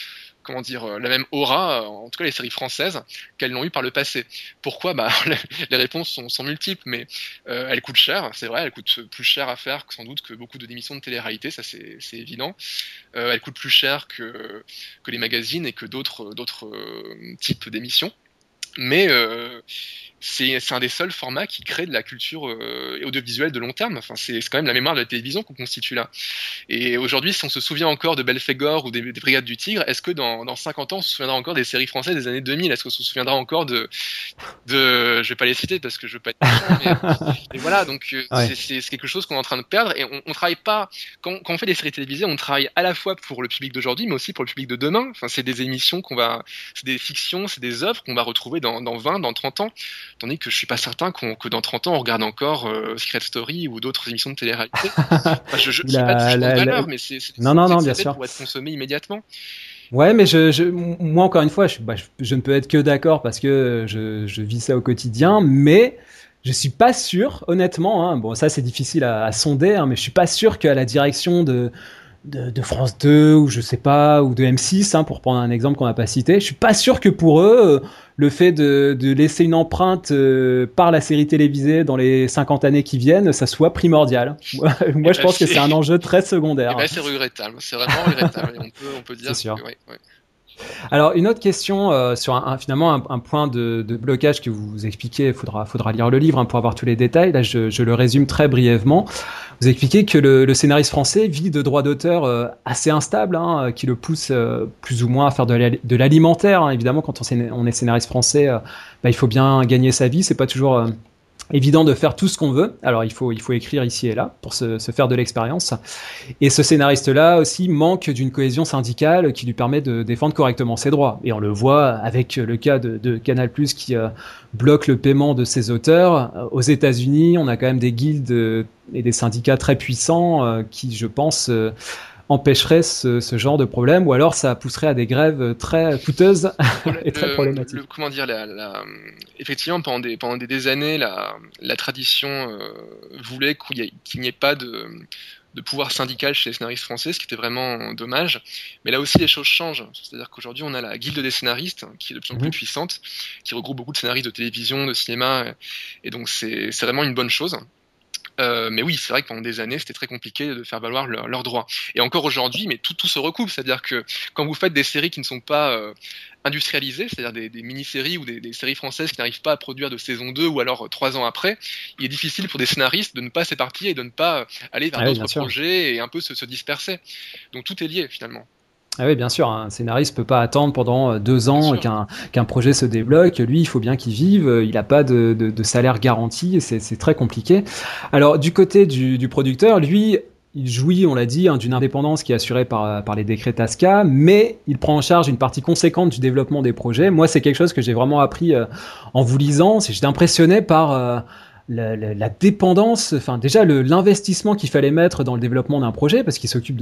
la même aura, en tout cas les séries françaises, qu'elles l'ont eu par le passé. Pourquoi ? Les réponses sont multiples, mais elles coûtent cher, c'est vrai, elles coûtent plus cher à faire sans doute que beaucoup d'émissions de télé-réalité, ça c'est évident. Elles coûtent plus cher que les magazines et que d'autres types d'émissions. Mais c'est un des seuls formats qui crée de la culture audiovisuelle de long terme. Enfin, c'est quand même la mémoire de la télévision qu'on constitue là. Et aujourd'hui, si on se souvient encore de Belphégor ou des Brigades du Tigre, est-ce que dans 50 ans, on se souviendra encore des séries françaises des années 2000 ? Est-ce qu'on se souviendra encore je vais pas les citer parce que je veux pas être méchant, mais voilà, donc c'est quelque chose qu'on est en train de perdre et on travaille pas, quand on fait des séries télévisées, on travaille à la fois pour le public d'aujourd'hui, mais aussi pour le public de demain. Enfin, c'est des émissions c'est des fictions, c'est des œuvres qu'on va retrouver dans 20, dans 30 ans. Tandis que je suis pas certain que dans 30 ans, on regarde encore Secret Story ou d'autres émissions de télé-réalité. Enfin, je dis pas de jugement de valeur, mais c'est non, bien sûr, pour être consommé immédiatement. Ouais, mais moi encore une fois, je ne peux être que d'accord parce que je vis ça au quotidien, mais je suis pas sûr, honnêtement, hein, bon ça c'est difficile à sonder, hein, mais je suis pas sûr qu'à la direction de France 2 ou je sais pas, ou de M6, hein, pour prendre un exemple qu'on n'a pas cité, je suis pas sûr que pour eux, le fait de laisser une empreinte par la série télévisée dans les 50 années qui viennent, ça soit primordial. Moi je pense que c'est un enjeu très secondaire. C'est regrettable, c'est vraiment regrettable. On peut dire. C'est sûr. Alors une autre question sur finalement un point de blocage que vous expliquez, faudra lire le livre, hein, pour avoir tous les détails. Là je le résume très brièvement. Vous expliquez que le scénariste français vit de droits d'auteur assez instables, hein, qui le pousse plus ou moins à faire de l'alimentaire. Hein. Évidemment, quand on est scénariste français, il faut bien gagner sa vie. C'est pas toujours évident de faire tout ce qu'on veut. Alors il faut écrire ici et là pour se faire de l'expérience. Et ce scénariste-là aussi manque d'une cohésion syndicale qui lui permet de défendre correctement ses droits. Et on le voit avec le cas de Canal+ qui bloque le paiement de ses auteurs. Aux États-Unis, on a quand même des guildes et des syndicats très puissants qui, je pense, empêcherait ce genre de problème, ou alors ça pousserait à des grèves très coûteuses et très problématiques. Effectivement, pendant des années, la tradition voulait qu'il n'y ait pas de pouvoir syndical chez les scénaristes français, ce qui était vraiment dommage. Mais là aussi, les choses changent. C'est-à-dire qu'aujourd'hui, on a la guilde des scénaristes, qui est de plus en plus puissante, qui regroupe beaucoup de scénaristes de télévision, de cinéma, et donc c'est vraiment une bonne chose. Mais oui, c'est vrai que pendant des années, c'était très compliqué de faire valoir leurs droits. Et encore aujourd'hui, mais tout se recoupe. C'est-à-dire que quand vous faites des séries qui ne sont pas industrialisées, c'est-à-dire des mini-séries ou des séries françaises qui n'arrivent pas à produire de saison 2 ou alors 3 ans après, il est difficile pour des scénaristes de ne pas s'éparpiller et de ne pas aller vers d'autres projets et un peu se disperser. Donc tout est lié finalement. Ah oui, bien sûr, un scénariste peut pas attendre pendant 2 ans qu'un projet se débloque. Lui, il faut bien qu'il vive. Il n'a pas de salaire garanti. C'est très compliqué. Alors, du côté du producteur, lui, il jouit, on l'a dit, d'une indépendance qui est assurée par les décrets TASCA, mais il prend en charge une partie conséquente du développement des projets. Moi, c'est quelque chose que j'ai vraiment appris en vous lisant. J'étais impressionné par la dépendance, enfin déjà l'investissement qu'il fallait mettre dans le développement d'un projet, parce qu'il s'occupe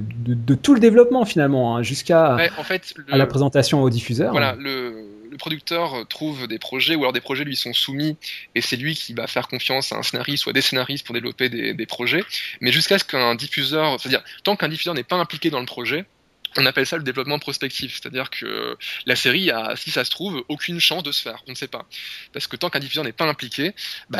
de tout le développement finalement, hein, jusqu'à à la présentation au diffuseur. Voilà, le producteur trouve des projets, ou alors des projets lui sont soumis, et c'est lui qui va faire confiance à un scénariste ou à des scénaristes pour développer des projets, mais jusqu'à ce qu'un diffuseur, c'est-à-dire tant qu'un diffuseur n'est pas impliqué dans le projet, on appelle ça le développement prospectif, c'est-à-dire que la série a, si ça se trouve, aucune chance de se faire, on ne sait pas. Parce que tant qu'un diffuseur n'est pas impliqué,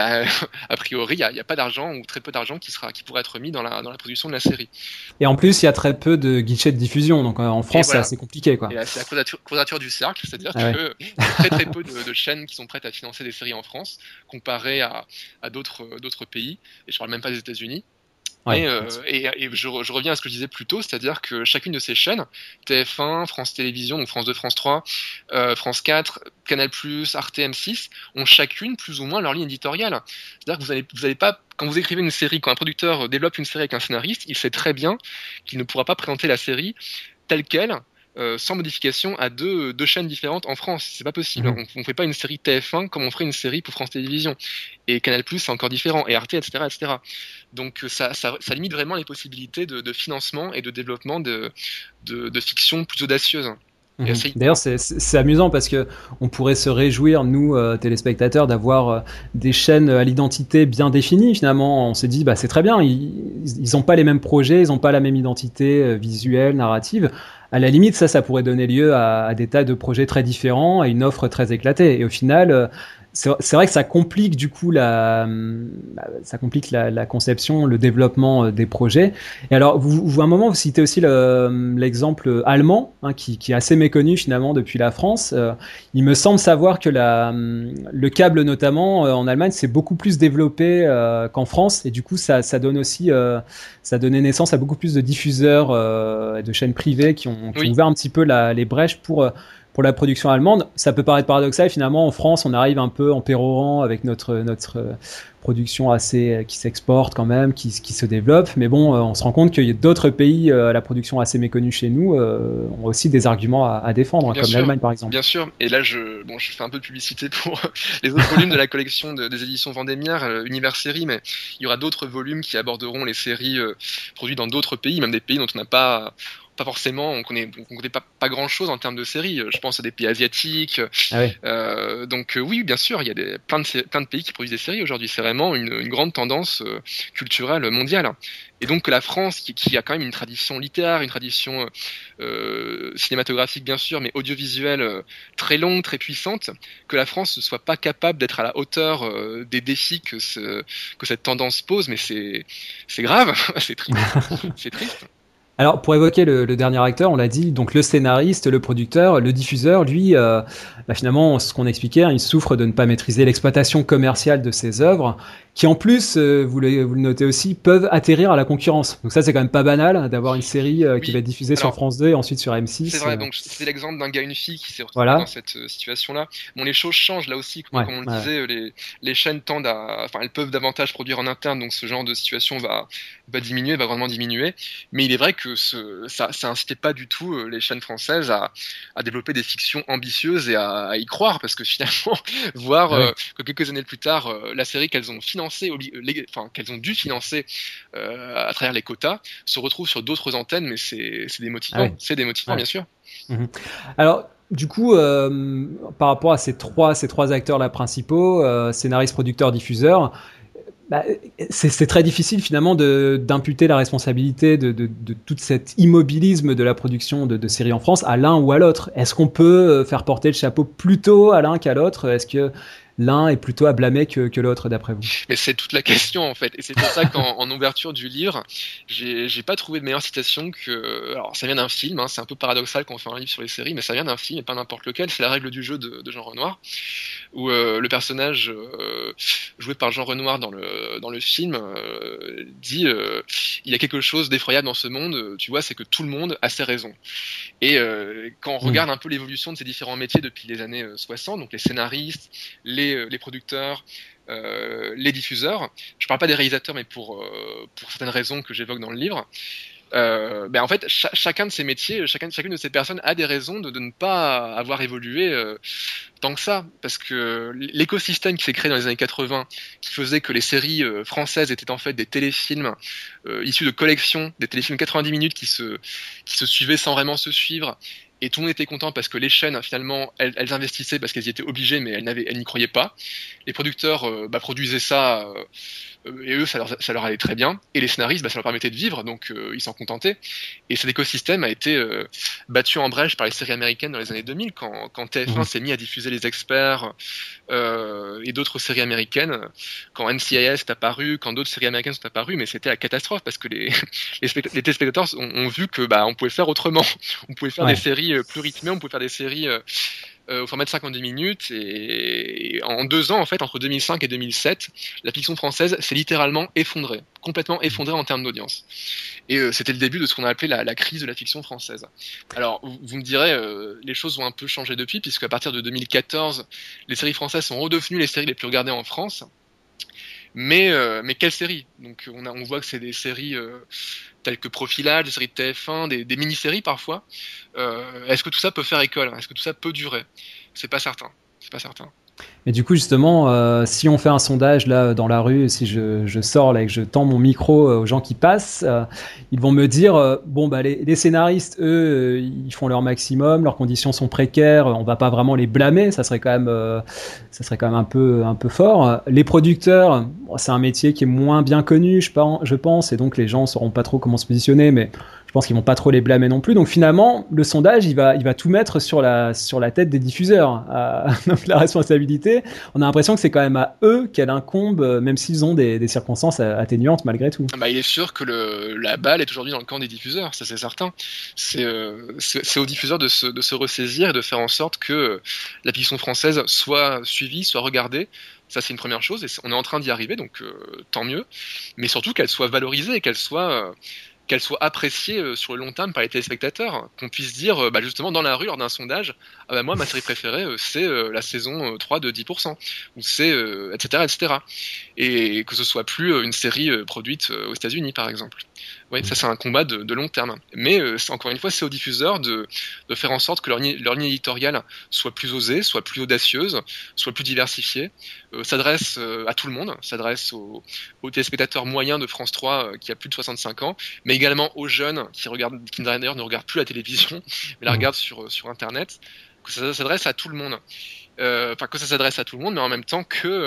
a priori, il n'y a pas d'argent ou très peu d'argent qui pourrait être mis dans la production de la série. Et en plus, il y a très peu de guichets de diffusion, donc en France, voilà, c'est assez compliqué, quoi. Et c'est la quadrature du cercle, c'est-à-dire que y a très peu de chaînes qui sont prêtes à financer des séries en France, comparé à d'autres pays, et je ne parle même pas des États-Unis. Ouais. Et je reviens à ce que je disais plus tôt, c'est-à-dire que chacune de ces chaînes, TF1, France Télévisions, donc France 2, France 3, France 4, Canal+, Arte, M6, ont chacune plus ou moins leur ligne éditoriale. C'est-à-dire que vous allez pas, quand vous écrivez une série, quand un producteur développe une série avec un scénariste, il sait très bien qu'il ne pourra pas présenter la série telle quelle, sans modification à deux chaînes différentes en France. C'est pas possible. On fait pas une série TF1 comme on ferait une série pour France Télévisions. Et Canal+, c'est encore différent. Et Arte, etc., etc. Donc ça limite vraiment les possibilités de financement et de développement de fiction plus audacieuse. D'ailleurs, c'est amusant parce que on pourrait se réjouir, nous, téléspectateurs, d'avoir des chaînes à l'identité bien définie. Finalement, on s'est dit, bah, c'est très bien, ils ont pas les mêmes projets, ils ont pas la même identité visuelle, narrative. À la limite, ça pourrait donner lieu à des tas de projets très différents, à une offre très éclatée. Et au final, c'est vrai que ça complique du coup la conception, le développement des projets. Et alors, à un moment, vous citez aussi l'exemple allemand, hein, qui est assez méconnu finalement depuis la France. Il me semble savoir que le câble notamment en Allemagne s'est beaucoup plus développé qu'en France, et du coup, ça donne aussi, ça a donné naissance à beaucoup plus de diffuseurs et de chaînes privées qui ont ouvert un petit peu les brèches pour la production allemande. Ça peut paraître paradoxal, finalement, en France, on arrive un peu en pérorant avec notre production assez qui s'exporte quand même, qui se développe. Mais bon, on se rend compte qu'il y a d'autres pays à la production assez méconnue chez nous ont aussi des arguments à défendre, comme l'Allemagne par exemple. Bien sûr. Et là, je fais un peu de publicité pour les autres volumes de la collection des éditions Vendémiaire, Univers Série, mais il y aura d'autres volumes qui aborderont les séries produites dans d'autres pays, même des pays dont on n'a pas forcément, on connaît pas grand chose en termes de séries. Je pense à des pays asiatiques. Ah oui. Donc oui, bien sûr, il y a plein de pays qui produisent des séries aujourd'hui. C'est vraiment une grande tendance culturelle mondiale. Et donc la France, qui a quand même une tradition littéraire, une tradition cinématographique bien sûr, mais audiovisuelle très longue, très puissante, que la France ne soit pas capable d'être à la hauteur des défis que cette tendance pose, mais c'est grave, c'est triste, c'est triste. Alors, pour évoquer le dernier acteur, on l'a dit, donc le scénariste, le producteur, le diffuseur, lui, finalement, ce qu'on expliquait, hein, il souffre de ne pas maîtriser l'exploitation commerciale de ses œuvres, qui en plus, vous le notez aussi, peuvent atterrir à la concurrence. Donc ça, c'est quand même pas banal d'avoir une série qui va être diffusée sur France 2 et ensuite sur M6. C'est vrai, donc c'est l'exemple d'un gars et une fille qui s'est retrouvé dans cette situation-là. Bon, les choses changent là aussi, comme on le disait, les chaînes elles peuvent davantage produire en interne, donc ce genre de situation va diminuer, va grandement diminuer. Mais il est vrai que ça incitait pas du tout les chaînes françaises à développer des fictions ambitieuses et à y croire, parce que finalement, voir que quelques années plus tard, la série qu'elles ont financée, qu'elles ont dû financer à travers les quotas, se retrouve sur d'autres antennes, mais c'est démotivant. C'est démotivant, bien sûr. Alors, du coup, par rapport à ces trois acteurs là principaux, scénaristes, producteurs, diffuseurs, c'est très difficile finalement d'imputer la responsabilité de tout cet immobilisme de la production de séries en France à l'un ou à l'autre. Est-ce qu'on peut faire porter le chapeau plutôt à l'un qu'à l'autre ? Est-ce que l'un est plutôt à blâmer que l'autre, d'après vous ? Mais c'est toute la question, en fait. Et c'est pour ça qu'en ouverture du livre, j'ai pas trouvé de meilleure citation que... Alors, ça vient d'un film, hein, c'est un peu paradoxal quand on fait un livre sur les séries, mais ça vient d'un film, et pas n'importe lequel. C'est La règle du jeu de Jean Renoir, où le personnage joué par Jean Renoir dans le film dit il y a quelque chose d'effroyable dans ce monde, tu vois, c'est que tout le monde a ses raisons. Et quand on regarde un peu l'évolution de ces différents métiers depuis les années 60, donc les scénaristes, les producteurs, les diffuseurs, je parle pas des réalisateurs, mais pour certaines raisons que j'évoque dans le livre, en fait, chacun de ces métiers, chacune de ces personnes a des raisons de ne pas avoir évolué tant que ça, parce que l'écosystème qui s'est créé dans les années 80, qui faisait que les séries françaises étaient en fait des téléfilms issus de collections, des téléfilms 90 minutes qui se suivaient sans vraiment se suivre, et tout le monde était content parce que les chaînes, finalement, elles investissaient parce qu'elles y étaient obligées, mais elles n'y croyaient pas. Les producteurs produisaient ça, et eux, ça leur allait très bien. Et les scénaristes, ça leur permettait de vivre, donc ils s'en contentaient. Et cet écosystème a été battu en brèche par les séries américaines dans les années 2000, quand TF1 s'est mis à diffuser Les Experts et d'autres séries américaines, quand NCIS est apparu, quand d'autres séries américaines sont apparues, mais c'était la catastrophe, parce que les téléspectateurs ont vu que on pouvait faire autrement. On pouvait faire des séries plus rythmées, on pouvait faire des séries au format de 52 minutes, et en 2 ans, en fait, entre 2005 et 2007, la fiction française s'est littéralement effondrée, complètement effondrée en termes d'audience. Et c'était le début de ce qu'on a appelé la crise de la fiction française. Alors, vous me direz, les choses ont un peu changé depuis, puisque à partir de 2014, les séries françaises sont redevenues les séries les plus regardées en France. Mais quelle série? Donc on voit que c'est des séries telles que Profilage, des séries de TF1, des mini-séries parfois. Est-ce que tout ça peut faire école? Est-ce que tout ça peut durer? C'est pas certain. C'est pas certain. Et du coup, justement, si on fait un sondage là dans la rue, si je sors là et que je tends mon micro aux gens qui passent, ils vont me dire bon bah les scénaristes, eux, ils font leur maximum, leurs conditions sont précaires, on va pas vraiment les blâmer, ça serait quand même un peu fort. Les producteurs, c'est un métier qui est moins bien connu, je pense, et donc les gens sauront pas trop comment se positionner, mais je pense qu'ils vont pas trop les blâmer non plus. Donc finalement, le sondage, il va tout mettre sur la tête des diffuseurs. Donc la responsabilité, on a l'impression que c'est quand même à eux qu'elle incombe, même s'ils ont des circonstances atténuantes malgré tout. Bah, il est sûr que la balle est aujourd'hui dans le camp des diffuseurs, ça c'est certain. C'est aux diffuseurs de se ressaisir et de faire en sorte que la fiction française soit suivie, soit regardée. Ça c'est une première chose, et on est en train d'y arriver, donc tant mieux. Mais surtout qu'elle soit valorisée et qu'elle soit appréciée sur le long terme par les téléspectateurs, qu'on puisse dire justement dans la rue lors d'un sondage, ah bah moi ma série préférée c'est la saison 3 de 10%, ou c'est etc., etc. Et que ce soit plus une série produite aux États-Unis par exemple. Oui, ça c'est un combat de long terme. Mais encore une fois, c'est aux diffuseurs de faire en sorte que leur ligne éditoriale soit plus osée, soit plus audacieuse, soit plus diversifiée, s'adresse à tout le monde, s'adresse aux téléspectateurs moyens de France 3 qui a plus de 65 ans, mais également aux jeunes qui d'ailleurs ne regardent plus la télévision, mais la regardent sur Internet, que ça s'adresse à tout le monde. Que ça s'adresse à tout le monde, mais en même temps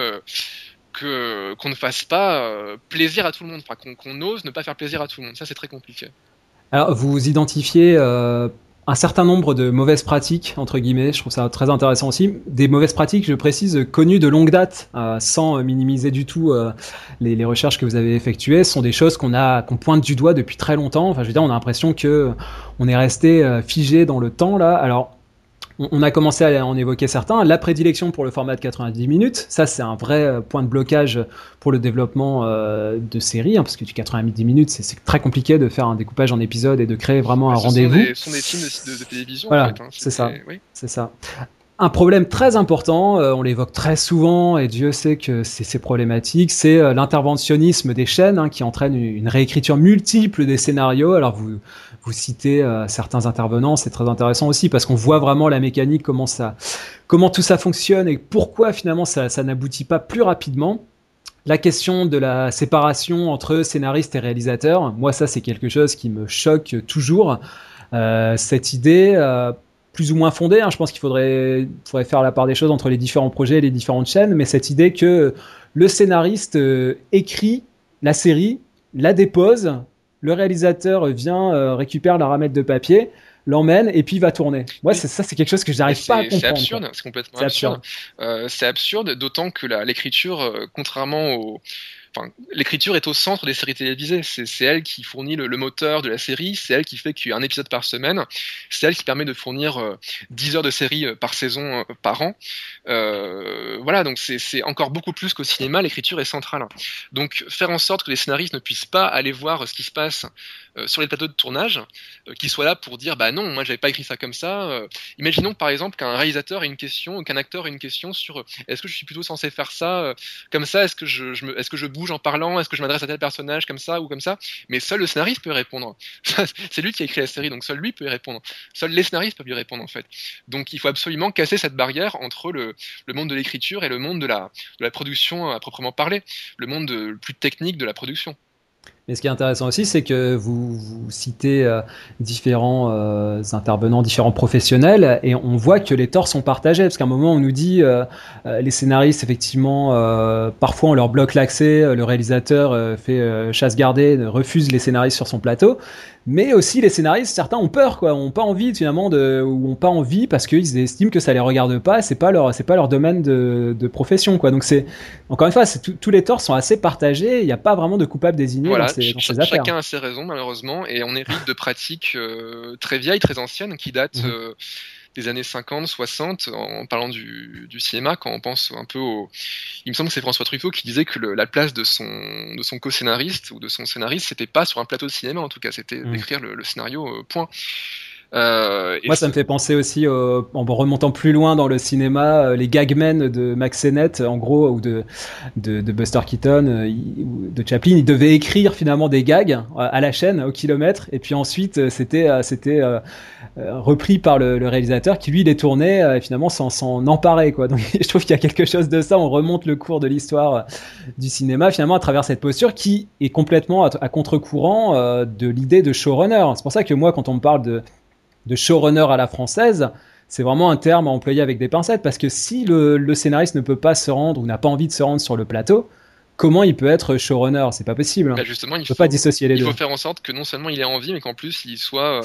qu'on ne fasse pas plaisir à tout le monde, qu'on ose ne pas faire plaisir à tout le monde. Ça, c'est très compliqué. Alors, vous identifiez un certain nombre de mauvaises pratiques, entre guillemets, je trouve ça très intéressant aussi. Des mauvaises pratiques, je précise, connues de longue date, sans minimiser du tout les recherches que vous avez effectuées. Ce sont des choses qu'on pointe du doigt depuis très longtemps. Enfin, je veux dire, on a l'impression qu'on est resté figé dans le temps, là. Alors, on a commencé à en évoquer certains. La prédilection pour le format de 90 minutes, ça c'est un vrai point de blocage pour le développement de séries, parce que du 90 minutes, c'est très compliqué de faire un découpage en épisodes et de créer vraiment un rendez-vous. Ce sont des films de télévision, voilà, en fait. C'est ça. Oui. C'est ça. Un problème très important, on l'évoque très souvent, et Dieu sait que c'est problématique, c'est l'interventionnisme des chaînes qui entraîne une réécriture multiple des scénarios. Alors vous citez certains intervenants, c'est très intéressant aussi parce qu'on voit vraiment la mécanique, comment tout ça fonctionne et pourquoi finalement ça n'aboutit pas plus rapidement. La question de la séparation entre scénaristes et réalisateurs, moi ça c'est quelque chose qui me choque toujours. Cette idée, plus ou moins fondée, je pense qu'il faudrait faire la part des choses entre les différents projets et les différentes chaînes, mais cette idée que le scénariste écrit la série, la dépose, le réalisateur vient, récupère la ramette de papier, l'emmène et puis va tourner. Moi, ça, c'est quelque chose que je n'arrive pas à comprendre. C'est absurde, c'est complètement absurde. C'est absurde, d'autant que l'écriture, contrairement l'écriture est au centre des séries télévisées. C'est elle qui fournit le moteur de la série, c'est elle qui fait qu'il y a un épisode par semaine, c'est elle qui permet de fournir 10 heures de série par saison, par an. Voilà, donc c'est encore beaucoup plus qu'au cinéma, l'écriture est centrale. Donc faire en sorte que les scénaristes ne puissent pas aller voir ce qui se passe sur les plateaux de tournage, qu'ils soient là pour dire bah non, moi j'avais pas écrit ça comme ça. Imaginons par exemple qu'un réalisateur ait une question, ou qu'un acteur ait une question sur est-ce que je suis plutôt censé faire ça comme ça, est-ce que je bouge en parlant, est-ce que je m'adresse à tel personnage comme ça ou comme ça, mais seul le scénariste peut y répondre. C'est lui qui a écrit la série, donc seul lui peut y répondre. Seuls les scénaristes peuvent y répondre en fait. Donc il faut absolument casser cette barrière entre le monde de l'écriture et le monde de la production à proprement parler, le monde plus technique de la production. Mais ce qui est intéressant aussi, c'est que vous citez différents intervenants, différents professionnels, et on voit que les torts sont partagés, parce qu'à un moment on nous dit les scénaristes, effectivement, parfois on leur bloque l'accès, le réalisateur fait chasse gardée, refuse les scénaristes sur son plateau, mais aussi les scénaristes, certains ont peur, ont pas envie finalement ou ont pas envie parce qu'ils estiment que ça les regarde pas, c'est pas leur domaine de profession, donc c'est encore une fois, tous les torts sont assez partagés, il n'y a pas vraiment de coupable désigné. Voilà. Dans ces affaires. Chacun a ses raisons malheureusement, et on hérite de pratiques très vieilles, très anciennes, qui datent des années 50, 60, en parlant du cinéma, quand on pense un peu il me semble que c'est François Truffaut qui disait que la place de son co-scénariste ou de son scénariste, c'était pas sur un plateau de cinéma, en tout cas, c'était d'écrire le scénario, point. Moi, ça me fait penser aussi, en remontant plus loin dans le cinéma, les gagmen de Max Sennett, en gros, ou de Buster Keaton, ou de Chaplin. Ils devaient écrire finalement des gags à la chaîne, au kilomètre, et puis ensuite, c'était repris par le réalisateur qui, lui, les tournait finalement sans s'en emparer, quoi. Donc, je trouve qu'il y a quelque chose de ça. On remonte le cours de l'histoire du cinéma, finalement, à travers cette posture qui est complètement à contre-courant de l'idée de showrunner. C'est pour ça que moi, quand on me parle de showrunner à la française, c'est vraiment un terme à employer avec des pincettes, parce que si le scénariste ne peut pas se rendre ou n'a pas envie de se rendre sur le plateau, comment il peut être showrunner? C'est pas possible. Bah justement, il peut pas dissocier les deux. Il faut faire en sorte que non seulement il ait envie, mais qu'en plus il soit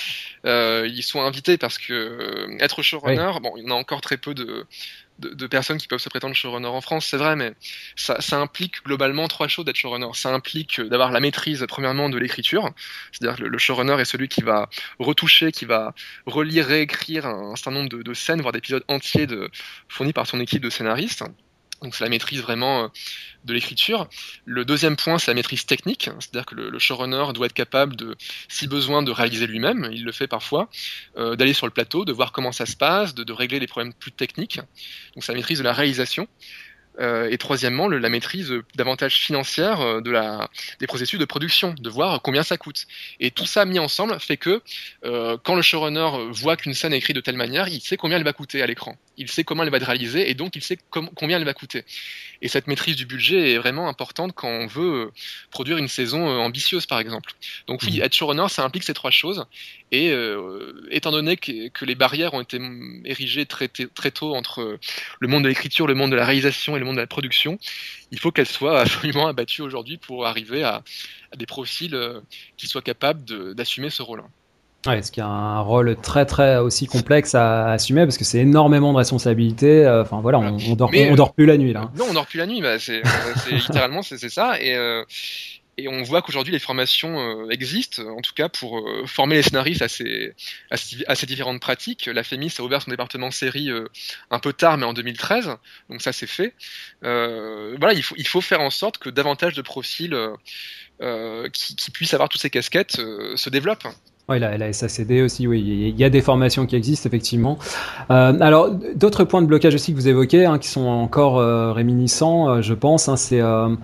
invité, parce que être showrunner, bon, il y en a encore très peu de personnes qui peuvent se prétendre showrunner en France, c'est vrai, mais ça implique globalement trois choses d'être showrunner. Ça implique d'avoir la maîtrise, premièrement, de l'écriture, c'est-à-dire que le showrunner est celui qui va retoucher, qui va relire, réécrire un certain nombre de scènes, voire d'épisodes entiers fournis par son équipe de scénaristes. Donc c'est la maîtrise vraiment de l'écriture. Le deuxième point, c'est la maîtrise technique, c'est-à-dire que le showrunner doit être capable si besoin, de réaliser lui-même, il le fait parfois, d'aller sur le plateau, de voir comment ça se passe, de régler les problèmes plus techniques. Donc c'est la maîtrise de la réalisation. Et troisièmement, la maîtrise davantage financière des processus de production, de voir combien ça coûte. Et tout ça mis ensemble fait que quand le showrunner voit qu'une scène est écrite de telle manière, il sait combien elle va coûter à l'écran. Il sait comment elle va être réalisée, et donc il sait combien elle va coûter. Et cette maîtrise du budget est vraiment importante quand on veut produire une saison ambitieuse, par exemple. Donc oui, être showrunner, ça implique ces trois choses. Et étant donné que les barrières ont été érigées très tôt entre le monde de l'écriture, le monde de la réalisation et le monde de la production, il faut qu'elles soient absolument abattues aujourd'hui pour arriver à des profils qui soient capables d'assumer ce rôle. Ouais, ce qui a un rôle très très aussi complexe à assumer, parce que c'est énormément de responsabilités. Enfin voilà, on dort plus la nuit là. Non, on dort plus la nuit. Bah, c'est littéralement c'est ça. Et on voit qu'aujourd'hui les formations existent, en tout cas pour former les scénaristes à ces différentes pratiques. La FEMIS a ouvert son département série un peu tard, mais en 2013, donc ça c'est fait. Voilà, il faut faire en sorte que davantage de profils qui puissent avoir toutes ces casquettes se développent. Oui, la SACD aussi, oui, il y a des formations qui existent, effectivement. Alors, d'autres points de blocage aussi que vous évoquez, qui sont encore réminiscents, je pense, c'est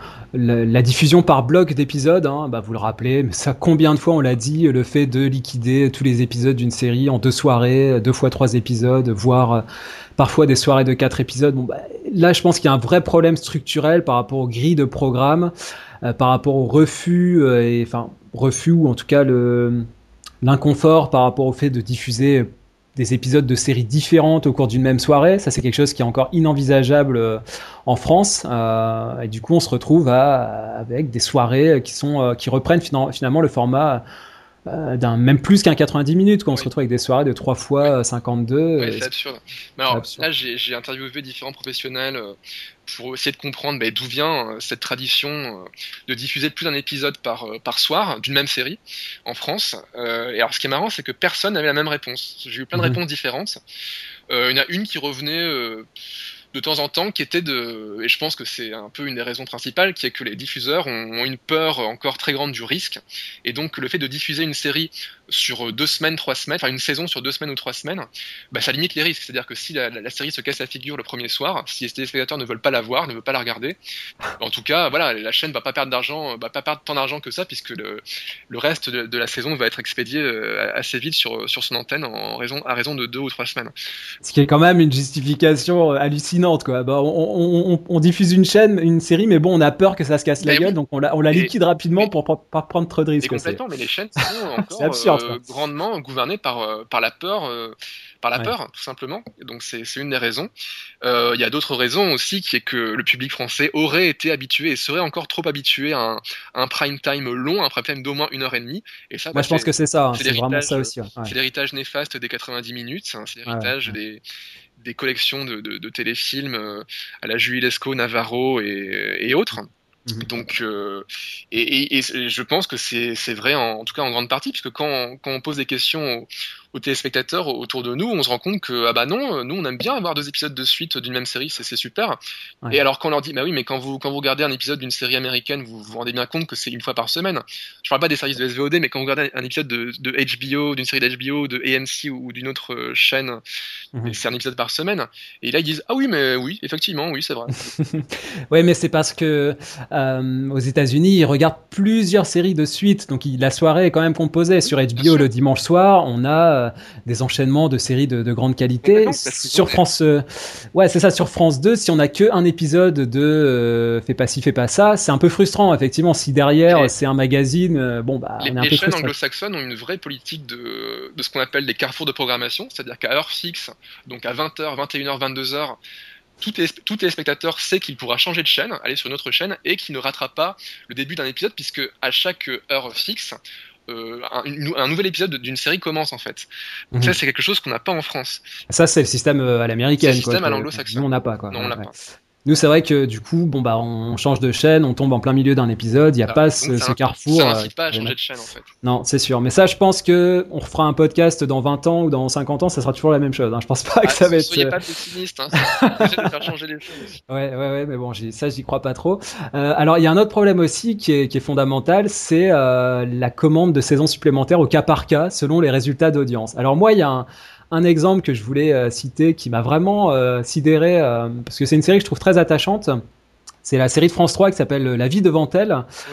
la diffusion par bloc d'épisodes. Vous le rappelez, mais ça, combien de fois on l'a dit, le fait de liquider tous les épisodes d'une série en 2 soirées, 2 fois 3 épisodes, voire parfois des soirées de 4 épisodes. Là, je pense qu'il y a un vrai problème structurel par rapport aux grilles de programme, par rapport au refus, refus, ou en tout cas l'inconfort par rapport au fait de diffuser des épisodes de séries différentes au cours d'une même soirée. Ça, c'est quelque chose qui est encore inenvisageable en France. Et du coup, on se retrouve avec des soirées qui reprennent finalement le format d'un même plus qu'un 90 minutes, quand on se retrouve avec des soirées de 3 fois 52. Ouais, c'est absurde. Mais alors, là, j'ai interviewé différents professionnels pour essayer de comprendre d'où vient cette tradition de diffuser plus d'un épisode par soir d'une même série en France. Et alors, ce qui est marrant, c'est que personne n'avait la même réponse. J'ai eu plein de réponses différentes. Il y en a une qui revenait de temps en temps, qui était et je pense que c'est un peu une des raisons principales, qui est que les diffuseurs ont une peur encore très grande du risque, et donc le fait de diffuser une série sur 2 semaines, 3 semaines, enfin une saison sur 2 semaines ou 3 semaines, ça limite les risques. C'est-à-dire que si la série se casse la figure le premier soir, si les téléspectateurs ne veulent pas la voir, ne veulent pas la regarder, en tout cas, voilà, la chaîne va pas perdre tant d'argent que ça, puisque le reste de la saison va être expédié assez vite sur son antenne à raison de 2 ou 3 semaines. Ce qui est quand même une justification hallucinante, quoi. On diffuse une série, mais bon, on a peur que ça se casse la gueule, donc on la liquide rapidement pour pas prendre trop de risques. Complètement, mais les chaînes sont encore absurde, grandement gouvernées par la peur. Peur, tout simplement. Donc c'est une des raisons. Il y a d'autres raisons aussi, qui est que le public français aurait été habitué et serait encore trop habitué à un prime time long, un prime time d'au moins 1h30. Et ça, moi je pense que c'est ça, c'est vraiment ça aussi. C'est l'héritage néfaste des 90 minutes, c'est l'héritage des collections de téléfilms à la Julie Lescaut, Navarro et autres. Donc, et je pense que c'est vrai en tout cas en grande partie, puisque quand on pose des questions aux téléspectateurs autour de nous, on se rend compte que ah bah non, nous on aime bien avoir 2 épisodes de suite d'une même série, c'est super. Ouais. Et alors quand on leur dit bah oui, mais quand vous regardez un épisode d'une série américaine, vous vous rendez bien compte que c'est une fois par semaine. Je parle pas des services de SVOD, mais quand vous regardez un épisode de HBO, d'une série d'HBO, de AMC ou d'une autre chaîne, c'est un épisode par semaine. Et là ils disent ah oui, mais oui, effectivement, oui, c'est vrai. Ouais, mais c'est parce que aux États-Unis, ils regardent plusieurs séries de suite, donc la soirée est quand même composée. Sur HBO le dimanche soir, on a des enchaînements de séries de grande qualité. Sur France, ouais, c'est ça. Sur France 2, si on a que un épisode de fais pas ci, fais pas ça, c'est un peu frustrant, effectivement. Si derrière c'est un magazine, bon bah, on est un peu frustré. Les chaînes anglo-saxonnes ont une vraie politique de ce qu'on appelle des carrefours de programmation, c'est-à-dire qu'à heure fixe, donc à 20h, 21h, 22h, tout téléspectateur sait qu'il pourra changer de chaîne, aller sur une autre chaîne, et qu'il ne ratera pas le début d'un épisode, puisque à chaque heure fixe, un nouvel épisode d'une série commence en fait. Donc ça, c'est quelque chose qu'on n'a pas en France. Ça, c'est le système à l'américaine. C'est le système à l'anglo-saxon. Nous, on n'a pas, quoi. Non, on l'a pas. Nous, c'est vrai que du coup, bon bah, on change de chaîne, on tombe en plein milieu d'un épisode, il y a pas ce carrefour. Ça n'incite pas à changer de chaîne en fait. Non, c'est sûr. Mais ça, je pense que on refera un podcast dans 20 ans ou dans 50 ans, ça sera toujours la même chose. Hein. Je pense pas que ça va être. Soyez pas pessimiste. Hein. C'est de faire changer les choses. Ouais, mais bon, j'y crois pas trop. Alors, il y a un autre problème aussi qui est fondamental, c'est la commande de saisons supplémentaires au cas par cas, selon les résultats d'audience. Alors moi, il y a un exemple que je voulais citer qui m'a vraiment sidéré, parce que c'est une série que je trouve très attachante. C'est la série de France 3 qui s'appelle La vie devant elle,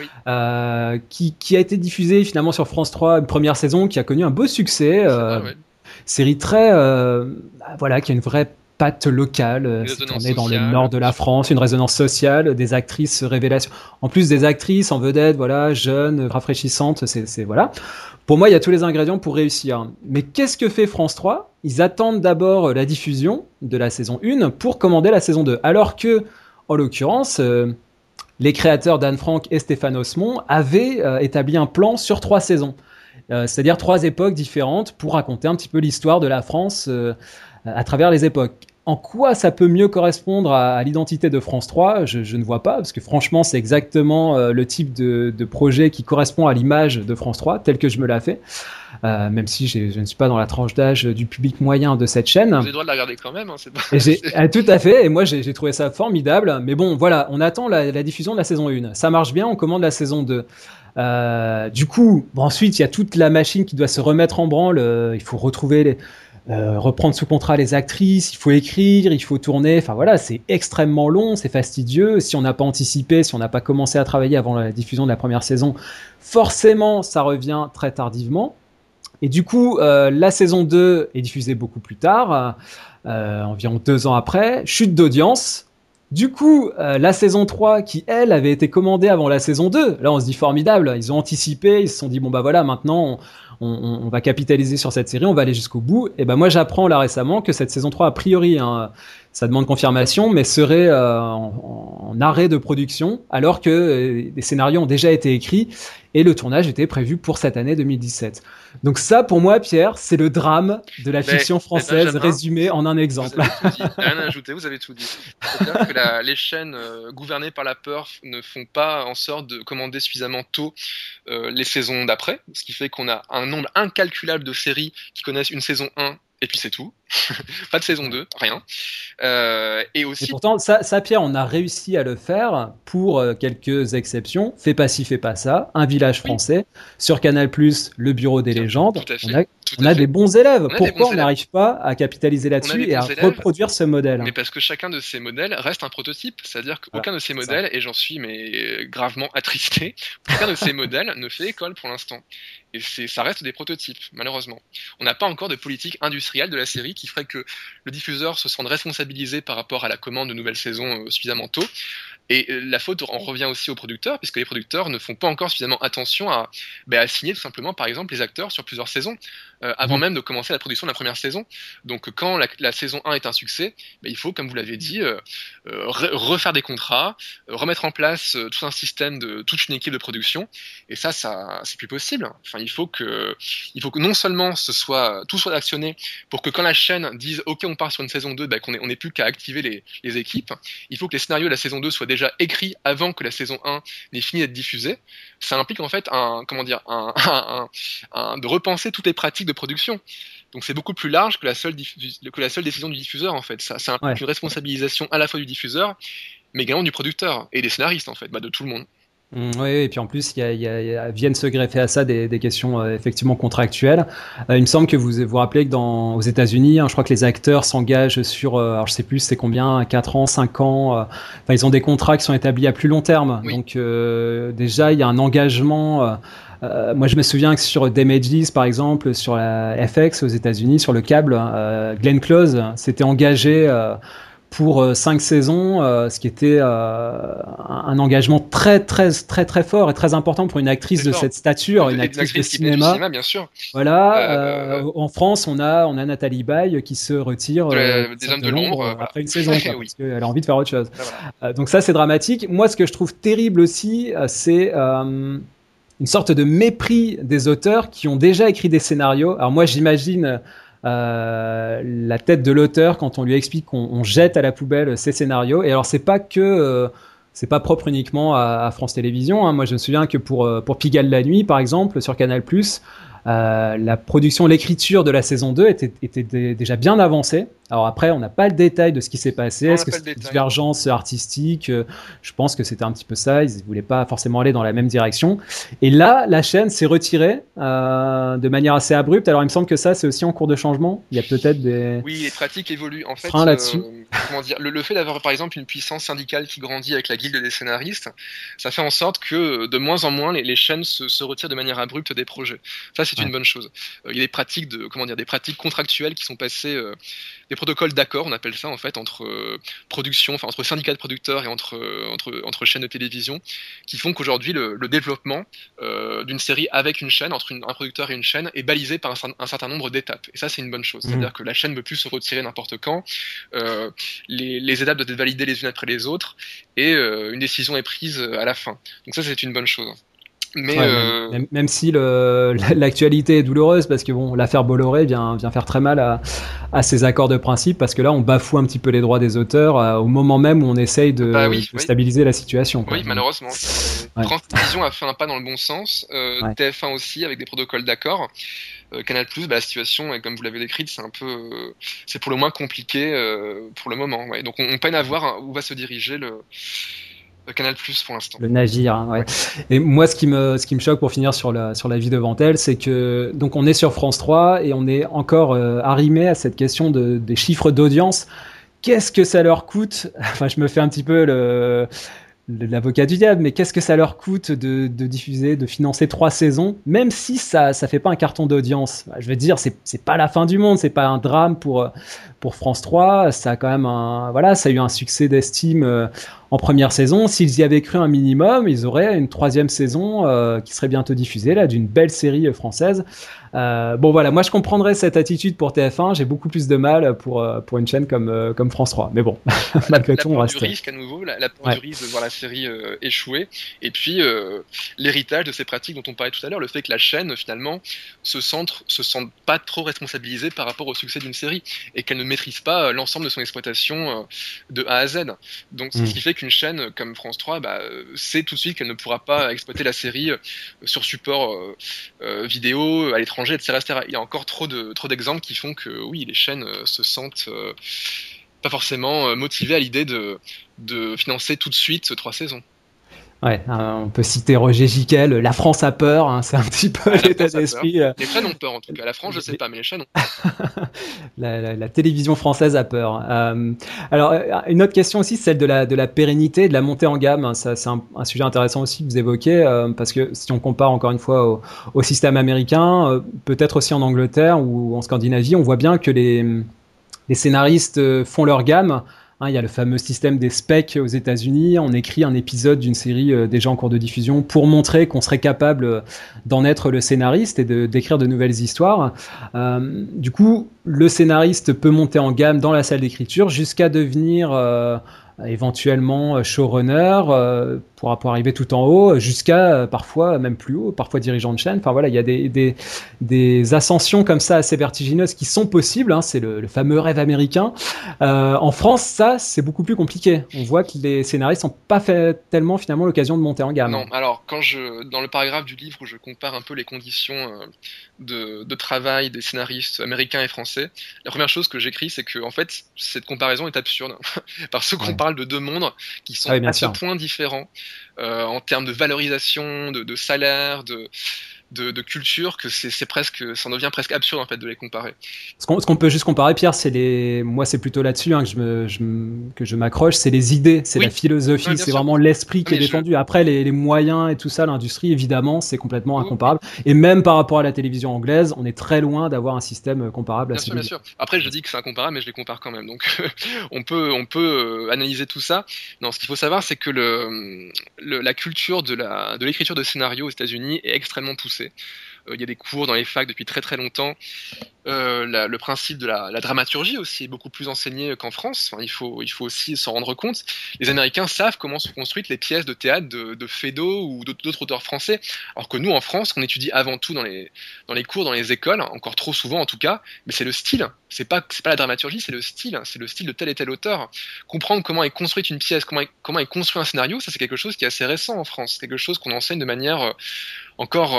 qui a été diffusée finalement sur France 3, une première saison qui a connu un beau succès. Série très, voilà, qui a une vraie patte locale, c'est tourné dans le nord de la France, une résonance sociale, des actrices révélations. En plus des actrices en vedette, voilà, jeunes, rafraîchissantes, c'est voilà. Pour moi, il y a tous les ingrédients pour réussir. Mais qu'est-ce que fait France 3 ? Ils attendent d'abord la diffusion de la saison 1 pour commander la saison 2. Alors que, en l'occurrence, les créateurs d'Anne Frank et Stéphane Osmond avaient établi un plan sur 3 saisons. C'est-à-dire 3 époques différentes pour raconter un petit peu l'histoire de la France à travers les époques. En quoi ça peut mieux correspondre à l'identité de France 3 ? Je ne vois pas, parce que franchement, c'est exactement le type de projet qui correspond à l'image de France 3, tel que je me la fais, même si je ne suis pas dans la tranche d'âge du public moyen de cette chaîne. Vous avez le droit de la regarder quand même. Hein, c'est pas... Tout à fait, et moi j'ai trouvé ça formidable, mais bon, voilà, on attend la diffusion de la saison 1. Ça marche bien, on commande la saison 2. Du coup, ensuite, il y a toute la machine qui doit se remettre en branle, il faut retrouver reprendre sous contrat les actrices, il faut écrire, il faut tourner, enfin voilà, c'est extrêmement long, c'est fastidieux. Si on n'a pas anticipé, si on n'a pas commencé à travailler avant la diffusion de la première saison, forcément ça revient très tardivement. Et du coup, la saison 2 est diffusée beaucoup plus tard, environ 2 ans après, chute d'audience. Du coup, la saison 3, qui elle avait été commandée avant la saison 2, là on se dit formidable, ils ont anticipé, ils se sont dit bon bah voilà, maintenant on va capitaliser sur cette série, on va aller jusqu'au bout. Et ben moi j'apprends là récemment que cette saison 3 a priori, ça demande confirmation, mais serait en arrêt de production, alors que des scénarios ont déjà été écrits et le tournage était prévu pour cette année 2017. Donc ça, pour moi, Pierre, c'est le drame de la fiction française résumé en un exemple. Vous avez tout dit, rien à ajouter, vous avez tout dit. C'est-à-dire que les chaînes gouvernées par la peur ne font pas en sorte de commander suffisamment tôt les saisons d'après, ce qui fait qu'on a un nombre incalculable de séries qui connaissent une saison 1 et puis c'est tout. Pas de saison 2, rien. Et aussi. Et pourtant, ça, Pierre, on a réussi à le faire pour quelques exceptions. Fais pas ci, fais pas ça. Un village français. Sur Canal+, le bureau des légendes. On a des bons élèves. Pourquoi on n'arrive pas à capitaliser là-dessus et à reproduire ce modèle ? Mais parce que chacun de ces modèles reste un prototype. C'est-à-dire qu'aucun de ces modèles, et j'en suis gravement attristé, aucun de ces modèles ne fait école pour l'instant. Et ça reste des prototypes, malheureusement. On n'a pas encore de politique industrielle de la série qui ferait que le diffuseur se sente responsabilisé par rapport à la commande de nouvelles saisons suffisamment tôt. Et la faute en revient aussi aux producteurs, puisque les producteurs ne font pas encore suffisamment attention à signer tout simplement, par exemple, les acteurs sur plusieurs saisons, avant même de commencer la production de la première saison. Donc quand la saison 1 est un succès, il faut, comme vous l'avez dit, refaire des contrats, remettre en place tout un système de toute une équipe de production. Et ça c'est plus possible. Enfin, il faut que non seulement tout soit actionné pour que quand la chaîne dise OK, on part sur une saison 2, qu'on n'ait plus qu'à activer les équipes. Il faut que les scénarios de la saison 2 soient déjà écrits avant que la saison 1 n'ait fini d'être diffusée. Ça implique en fait de repenser toutes les pratiques de production. Donc c'est beaucoup plus large que la seule décision du diffuseur en fait. Ça implique une responsabilisation à la fois du diffuseur, mais également du producteur et des scénaristes en fait, de tout le monde. Oui, et puis en plus, viennent se greffer à ça des questions effectivement contractuelles. Il me semble que vous vous rappelez que aux États-Unis, je crois que les acteurs s'engagent sur, alors je sais plus c'est combien, 4 ans, 5 ans. Ils ont des contrats qui sont établis à plus long terme. Oui. Donc déjà, il y a un engagement. Moi, je me souviens que sur Damages, par exemple, sur la FX aux États-Unis, sur le câble, Glenn Close s'était engagé pour 5 saisons, ce qui était un engagement très très très très fort et très important pour une actrice de cette stature, une actrice de cinéma. Bien sûr. Voilà. En France, on a Nathalie Baye qui se retire des Hommes de l'ombre après une saison, quoi, parce qu'elle a envie de faire autre chose. Donc ça, c'est dramatique. Moi, ce que je trouve terrible aussi, c'est une sorte de mépris des auteurs qui ont déjà écrit des scénarios. Alors moi, j'imagine la tête de l'auteur quand on lui explique qu'on jette à la poubelle ses scénarios. Et alors c'est pas propre uniquement à France Télévisions. Moi je me souviens que pour Pigalle la nuit par exemple sur Canal+, la production, l'écriture de la saison 2 était déjà bien avancée. Alors après, on n'a pas le détail de ce qui s'est passé. Est-ce que c'est une divergence artistique ? Je pense que c'était un petit peu ça. Ils ne voulaient pas forcément aller dans la même direction. Et là, la chaîne s'est retirée de manière assez abrupte. Alors il me semble que ça, c'est aussi en cours de changement. Il y a peut-être des... Oui, les pratiques évoluent. En fait, là-dessus. Comment dire, le fait d'avoir par exemple une puissance syndicale qui grandit avec la guilde des scénaristes, ça fait en sorte que de moins en moins les chaînes se retirent de manière abrupte des projets. Ça, c'est une bonne chose. Il y a des pratiques des pratiques contractuelles qui sont passées, des protocoles d'accord, on appelle ça en fait, entre entre syndicats de producteurs et entre chaînes de télévision, qui font qu'aujourd'hui le développement d'une série avec une chaîne, entre un producteur et une chaîne, est balisé par un certain nombre d'étapes. Et ça, c'est une bonne chose. C'est-à-dire que la chaîne ne peut plus se retirer n'importe quand. Les étapes doivent être validées les unes après les autres, et une décision est prise à la fin. Donc ça, c'est une bonne chose. Mais même si l'actualité est douloureuse, parce que l'affaire Bolloré vient faire très mal à ces accords de principe, parce que là on bafoue un petit peu les droits des auteurs au moment même où on essaye de stabiliser la situation, quoi. Oui, malheureusement. France Télévisions a fait un pas dans le bon sens, TF1 aussi, avec des protocoles d'accord. Canal+, la situation, comme vous l'avez décrite, c'est pour le moins compliqué pour le moment. Donc on peine à voir où va se diriger le Canal+ pour l'instant. Le navire, ouais. Et moi, ce qui me choque pour finir sur la vie de Vantel, c'est que donc on est sur France 3 et on est encore arrimé à cette question des chiffres d'audience. Qu'est-ce que ça leur coûte ? Enfin, je me fais un petit peu l'avocat du diable, mais qu'est-ce que ça leur coûte de diffuser, de financer 3 saisons, même si ça fait pas un carton d'audience. Je veux dire, c'est pas la fin du monde, c'est pas un drame pour France 3. Ça a quand même ça a eu un succès d'estime en première saison. S'ils y avaient cru un minimum, ils auraient une 3e saison qui serait bientôt diffusée là, d'une belle série française. Moi je comprendrais cette attitude pour TF1. J'ai beaucoup plus de mal pour une chaîne comme France 3. Mais bon, malgré tout, on reste. La peur du risque à nouveau, la peur du risque de voir la série échouer, et puis l'héritage de ces pratiques dont on parlait tout à l'heure, le fait que la chaîne finalement se sente pas trop responsabilisée par rapport au succès d'une série et qu'elle ne maîtrise pas l'ensemble de son exploitation de A à Z. Donc c'est ce qui fait qu'une chaîne comme France 3 sait tout de suite qu'elle ne pourra pas exploiter la série sur support vidéo à l'étranger, etc. Il y a encore trop d'exemples qui font que oui, les chaînes se sentent pas forcément motivées à l'idée de financer tout de suite 3 saisons. Ouais, on peut citer Roger Giquel, la France a peur, c'est un petit peu l'état d'esprit. Les chaînes ont peur en tout cas, la France je sais pas, mais les chaînes ont peur. la télévision française a peur. Alors, une autre question aussi, celle de la pérennité, de la montée en gamme. Ça, c'est un sujet intéressant aussi que vous évoquez, parce que si on compare encore une fois au système américain, peut-être aussi en Angleterre ou en Scandinavie, on voit bien que les scénaristes font leur gamme. Il y a le fameux système des specs aux États-Unis. On écrit un épisode d'une série déjà en cours de diffusion pour montrer qu'on serait capable d'en être le scénariste et d'écrire de nouvelles histoires. Du coup, le scénariste peut monter en gamme dans la salle d'écriture jusqu'à devenir éventuellement showrunner, pour arriver tout en haut, jusqu'à parfois même plus haut, parfois dirigeant de chaîne. Enfin voilà, il y a des ascensions comme ça assez vertigineuses qui sont possibles, hein, c'est le fameux rêve américain. En France, ça, c'est beaucoup plus compliqué. On voit que les scénaristes n'ont pas fait tellement finalement l'occasion de monter en gamme. Non, alors dans le paragraphe du livre où je compare un peu les conditions de travail des scénaristes américains et français, la première chose que j'écris, c'est que en fait cette comparaison est absurde parce qu'on parle de deux mondes qui sont à ce point différents en termes de valorisation, de salaire, de culture, que c'est presque, ça en devient presque absurde en fait de les comparer. Ce qu'on peut juste comparer, Pierre, moi c'est plutôt là-dessus hein, que je m'accroche, c'est les idées, c'est la philosophie, c'est vraiment l'esprit qui est défendu. Après les moyens et tout ça, l'industrie évidemment, c'est complètement incomparable. Et même par rapport à la télévision anglaise, on est très loin d'avoir un système comparable à celui-là. Bien sûr. Après je dis que c'est incomparable, mais je les compare quand même. Donc on peut analyser tout ça. Non, ce qu'il faut savoir, c'est que la culture de l'écriture de scénario aux États-Unis est extrêmement poussée. Il y a des cours dans les facs depuis très très longtemps. Le principe de la dramaturgie aussi est beaucoup plus enseigné qu'en France. Enfin, il faut aussi s'en rendre compte. Les Américains savent comment sont construites les pièces de théâtre de Feydeau ou d'autres auteurs français, alors que nous en France, qu'on étudie avant tout dans les cours, dans les écoles, encore trop souvent en tout cas, mais c'est le style. C'est pas la dramaturgie, c'est le style de tel et tel auteur. Comprendre comment est construite une pièce, comment est construit un scénario, ça c'est quelque chose qui est assez récent en France, quelque chose qu'on enseigne de manière encore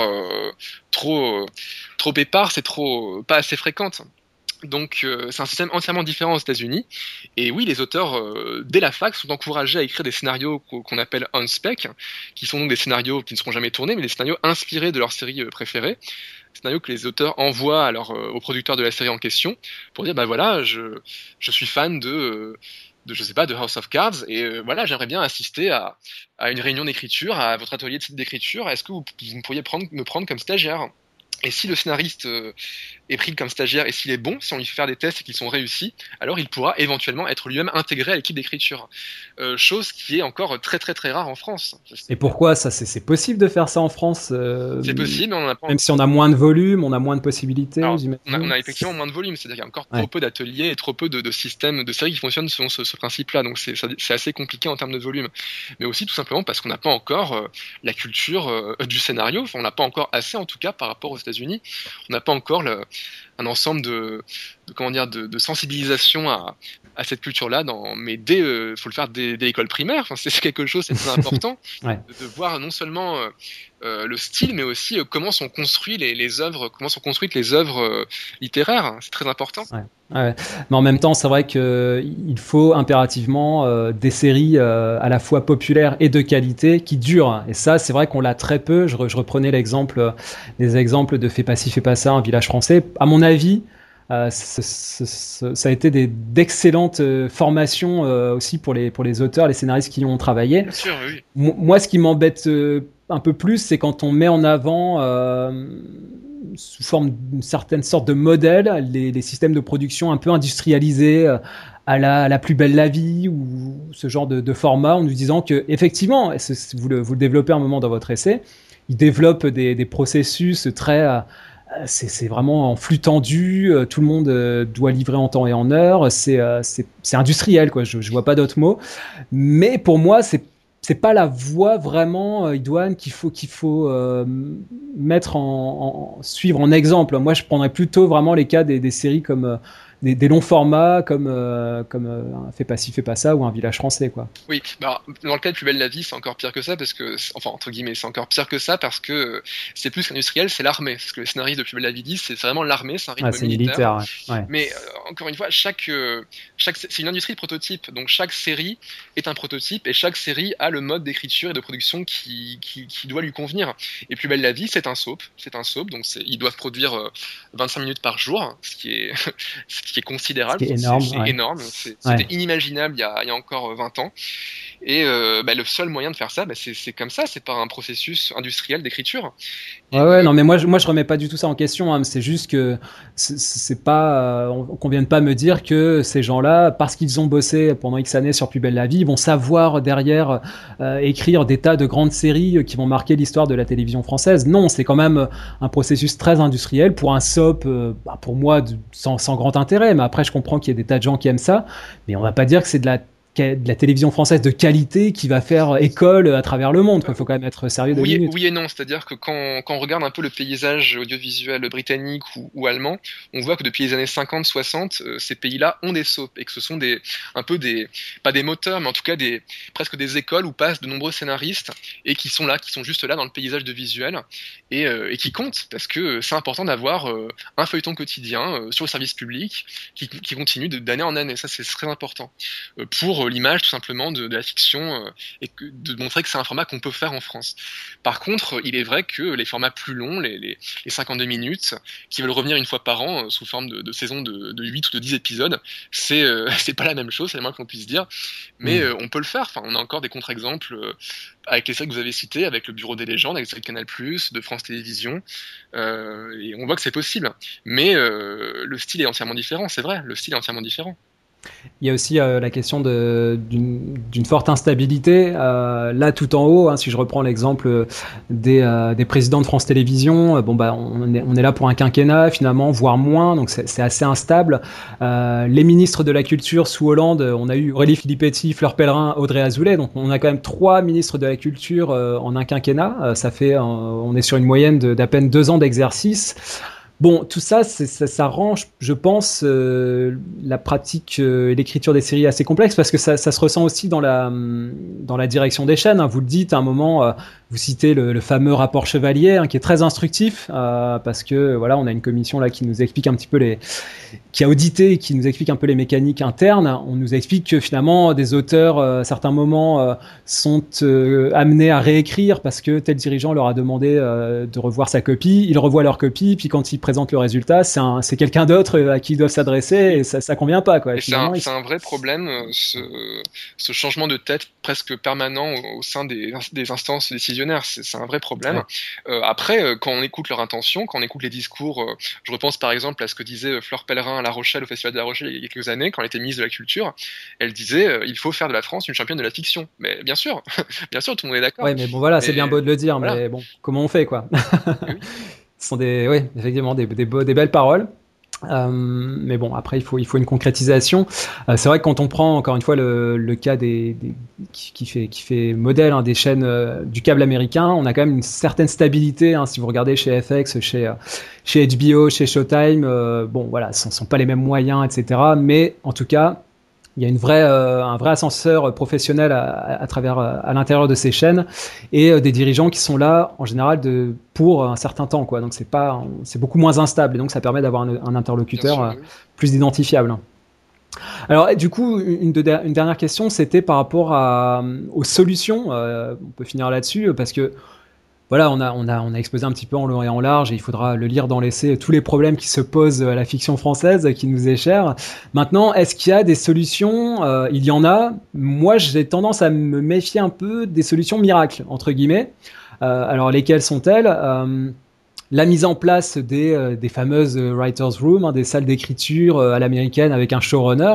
trop éparse et pas assez fréquente. Donc c'est un système entièrement différent aux États-Unis. Et oui, les auteurs dès la fac sont encouragés à écrire des scénarios qu'on appelle on-spec, qui sont donc des scénarios qui ne seront jamais tournés, mais des scénarios inspirés de leur série préférée. Scénario que les auteurs envoient aux producteurs de la série en question pour dire bah voilà, je suis fan de House of Cards et voilà, j'aimerais bien assister à une réunion d'écriture, à votre atelier d'écriture. Est-ce que vous pourriez me prendre comme stagiaire? Et si le scénariste est pris comme stagiaire et s'il est bon, si on lui fait faire des tests et qu'ils sont réussis, alors il pourra éventuellement être lui-même intégré à l'équipe d'écriture. Chose qui est encore très très très rare en France. Et pourquoi ça c'est possible de faire ça en France C'est possible, mais on en a pas. Même si on a moins de volume, on a moins de possibilités. Alors, on a effectivement moins de volume, c'est-à-dire qu'il y a encore trop peu d'ateliers et trop peu de systèmes de séries qui fonctionnent selon ce principe-là. Donc c'est assez compliqué en termes de volume. Mais aussi tout simplement parce qu'on n'a pas encore la culture du scénario. Enfin, on n'a pas encore assez en tout cas par rapport aux États-Unis. On n'a pas encore un ensemble de sensibilisation à cette culture-là. Mais faut le faire dès l'école primaire. Enfin, c'est quelque chose, c'est très important de voir non seulement le style, mais aussi comment sont construites les œuvres, littéraires. C'est très important. Ouais. Mais en même temps, c'est vrai qu'il faut impérativement des séries à la fois populaires et de qualité qui durent. Et ça, c'est vrai qu'on l'a très peu. Je reprenais les exemples de Fais pas ci, fais pas ça, Un village français. À mon avis, ça a été d'excellentes formations aussi pour les auteurs, les scénaristes qui y ont travaillé. Bien sûr, oui. Moi, ce qui m'embête un peu plus, c'est quand on met en avant sous forme d'une certaine sorte de modèle les systèmes de production un peu industrialisés à la plus belle la vie ou ce genre de format, en nous disant que effectivement, vous le développez un moment dans votre essai, ils développent des processus très c'est vraiment en flux tendu, tout le monde doit livrer en temps et en heure, c'est industriel quoi, je vois pas d'autres mots, mais pour moi c'est pas la voie vraiment idoine qu'il faut mettre suivre en exemple. Moi je prendrais plutôt vraiment les cas des séries comme des longs formats comme Fais pas ci, fais pas ça ou Un village français quoi. Oui, bah, dans le cas de Plus belle la vie, c'est encore pire que ça parce que, enfin entre guillemets, c'est encore pire que ça parce que c'est plus qu'industriel, c'est l'armée. Ce que les scénaristes de Plus belle la vie disent, c'est vraiment l'armée, c'est un rythme militaire. Ouais. Mais encore une fois, c'est une industrie de prototype, donc chaque série est un prototype et chaque série a le mode d'écriture et de production qui doit lui convenir. Et Plus belle la vie, c'est un soap, donc ils doivent produire 25 minutes par jour, ce qui est considérable, c'est énorme. Énorme. C'était inimaginable il y a encore 20 ans. Et le seul moyen de faire ça, c'est comme ça, c'est par un processus industriel d'écriture. Non, mais moi je remets pas du tout ça en question. Hein, c'est juste que c'est pas, qu'on vienne pas me dire que ces gens-là, parce qu'ils ont bossé pendant X années sur Plus belle la vie, ils vont savoir derrière écrire des tas de grandes séries qui vont marquer l'histoire de la télévision française. Non, c'est quand même un processus très industriel pour un soap, pour moi sans grand intérêt. Mais après, je comprends qu'il y ait des tas de gens qui aiment ça, mais on va pas dire que c'est de la de la télévision française de qualité qui va faire école à travers le monde. Il faut quand même être sérieux de minutes. Oui et non, c'est-à-dire que quand on regarde un peu le paysage audiovisuel britannique ou allemand, on voit que depuis les années 50-60, ces pays-là ont des soaps et que ce sont un peu pas des moteurs, mais en tout cas presque des écoles où passent de nombreux scénaristes et qui sont juste là dans le paysage de visuel et qui comptent parce que c'est important d'avoir un feuilleton quotidien sur le service public qui continue d'année en année. Ça, c'est très important pour l'image tout simplement de la fiction et de montrer que c'est un format qu'on peut faire en France. Par contre, il est vrai que les formats plus longs, les 52 minutes, qui veulent revenir une fois par an sous forme de saison de 8 ou de 10 épisodes, c'est pas la même chose, c'est le moins qu'on puisse dire, mais on peut le faire. Enfin, on a encore des contre-exemples avec les séries que vous avez citées, avec le Bureau des légendes, avec les séries de Canal+, de France Télévisions, et on voit que c'est possible. Mais le style est entièrement différent, c'est vrai, le style est entièrement différent. Il y a aussi la question d'une forte instabilité. Là, tout en haut, si je reprends l'exemple des présidents de France Télévisions, on est là pour un quinquennat finalement, voire moins, donc c'est assez instable. Les ministres de la Culture sous Hollande, on a eu Aurélie Filippetti, Fleur Pellerin, Audrey Azoulay, donc on a quand même 3 ministres de la Culture en un quinquennat. On est sur une moyenne d'à peine 2 ans d'exercice. Bon, tout ça, ça rend, je pense, la pratique et l'écriture des séries assez complexe parce que ça se ressent aussi dans la direction des chaînes. Vous le dites à un moment, vous citez le fameux rapport Chevalier qui est très instructif parce que voilà, on a une commission là qui nous explique un petit peu qui a audité et qui nous explique un peu les mécaniques internes. On nous explique que finalement, des auteurs, à certains moments, sont amenés à réécrire parce que tel dirigeant leur a demandé de revoir sa copie. Ils revoient leur copie, puis quand ils présentent le résultat, c'est quelqu'un d'autre à qui ils doivent s'adresser et ça convient pas, quoi. Et c'est un vrai problème, ce changement de tête presque permanent au sein des instances décisionnaires. C'est un vrai problème. Ouais. Après, quand on écoute leur intention, quand on écoute les discours, je repense par exemple à ce que disait Fleur Pellerin à La Rochelle, au Festival de La Rochelle il y a quelques années, quand elle était ministre de la Culture, elle disait il faut faire de la France une championne de la fiction. Mais bien sûr, bien sûr, tout le monde est d'accord. Ouais, mais bon voilà, c'est bien beau de le dire, voilà. Mais bon, comment on fait, quoi? Oui. Ce sont effectivement des belles paroles. Mais bon, après il faut une concrétisation. C'est vrai que quand on prend encore une fois le cas qui fait modèle des chaînes du câble américain, on a quand même une certaine stabilité. Si vous regardez chez FX, chez HBO, chez Showtime, ce ne sont pas les mêmes moyens, etc. Mais en tout cas, il y a un vrai ascenseur professionnel à l'intérieur de ces chaînes et des dirigeants qui sont là en général pour un certain temps, quoi. Donc c'est beaucoup moins instable et donc ça permet d'avoir un interlocuteur plus identifiable. Alors du coup, une dernière question, c'était par rapport aux solutions. On peut finir là-dessus parce que voilà, on a exposé un petit peu en long et en large et il faudra le lire dans l'essai tous les problèmes qui se posent à la fiction française qui nous est chère. Maintenant, est-ce qu'il y a des solutions ? Il y en a. Moi, j'ai tendance à me méfier un peu des solutions miracles, entre guillemets. Alors, lesquelles sont-elles ? La mise en place des fameuses writers' room, des salles d'écriture à l'américaine avec un showrunner,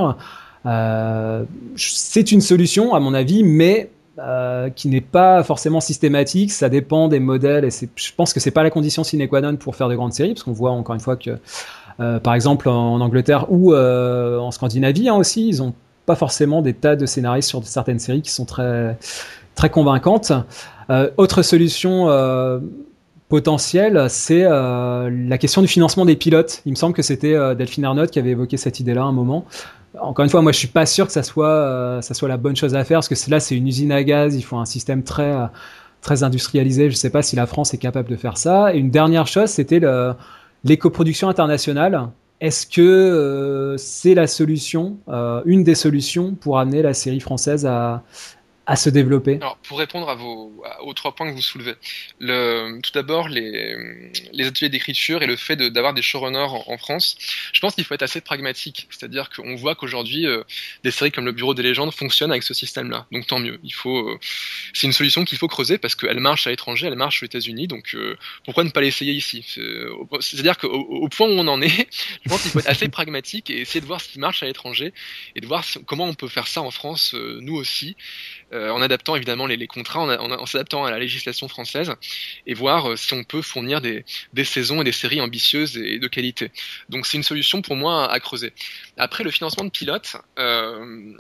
c'est une solution à mon avis, mais qui n'est pas forcément systématique, ça dépend des modèles et je pense que c'est pas la condition sine qua non pour faire de grandes séries parce qu'on voit encore une fois que par exemple en Angleterre ou en Scandinavie aussi, ils ont pas forcément des tas de scénaristes sur certaines séries qui sont très très convaincantes. Autre solution potentielle, c'est la question du financement des pilotes. Il me semble que c'était Delphine Ernotte qui avait évoqué cette idée-là à un moment. Encore une fois, moi, je suis pas sûr que ça soit la bonne chose à faire, parce que là, c'est une usine à gaz. Il faut un système très, très industrialisé. Je sais pas si la France est capable de faire ça. Et une dernière chose, c'était les coproductions internationales. Est-ce que c'est la solution, une des solutions pour amener la série française à se développer? Alors, pour répondre aux 3 points que vous soulevez, tout d'abord, les ateliers d'écriture et le fait d'avoir des showrunners en France, je pense qu'il faut être assez pragmatique. C'est-à-dire qu'on voit qu'aujourd'hui, des séries comme Le Bureau des légendes fonctionnent avec ce système-là. Donc tant mieux. C'est une solution qu'il faut creuser parce qu'elle marche à l'étranger, elle marche aux États-Unis. Donc pourquoi ne pas l'essayer ici ? C'est-à-dire qu'au point où on en est, je pense qu'il faut être assez pragmatique et essayer de voir ce qui marche à l'étranger et de voir comment on peut faire ça en France, nous aussi. En adaptant évidemment les contrats, en s'adaptant à la législation française et voir si on peut fournir des saisons et des séries ambitieuses et de qualité. Donc c'est une solution pour moi à creuser. Après, le financement de pilotes,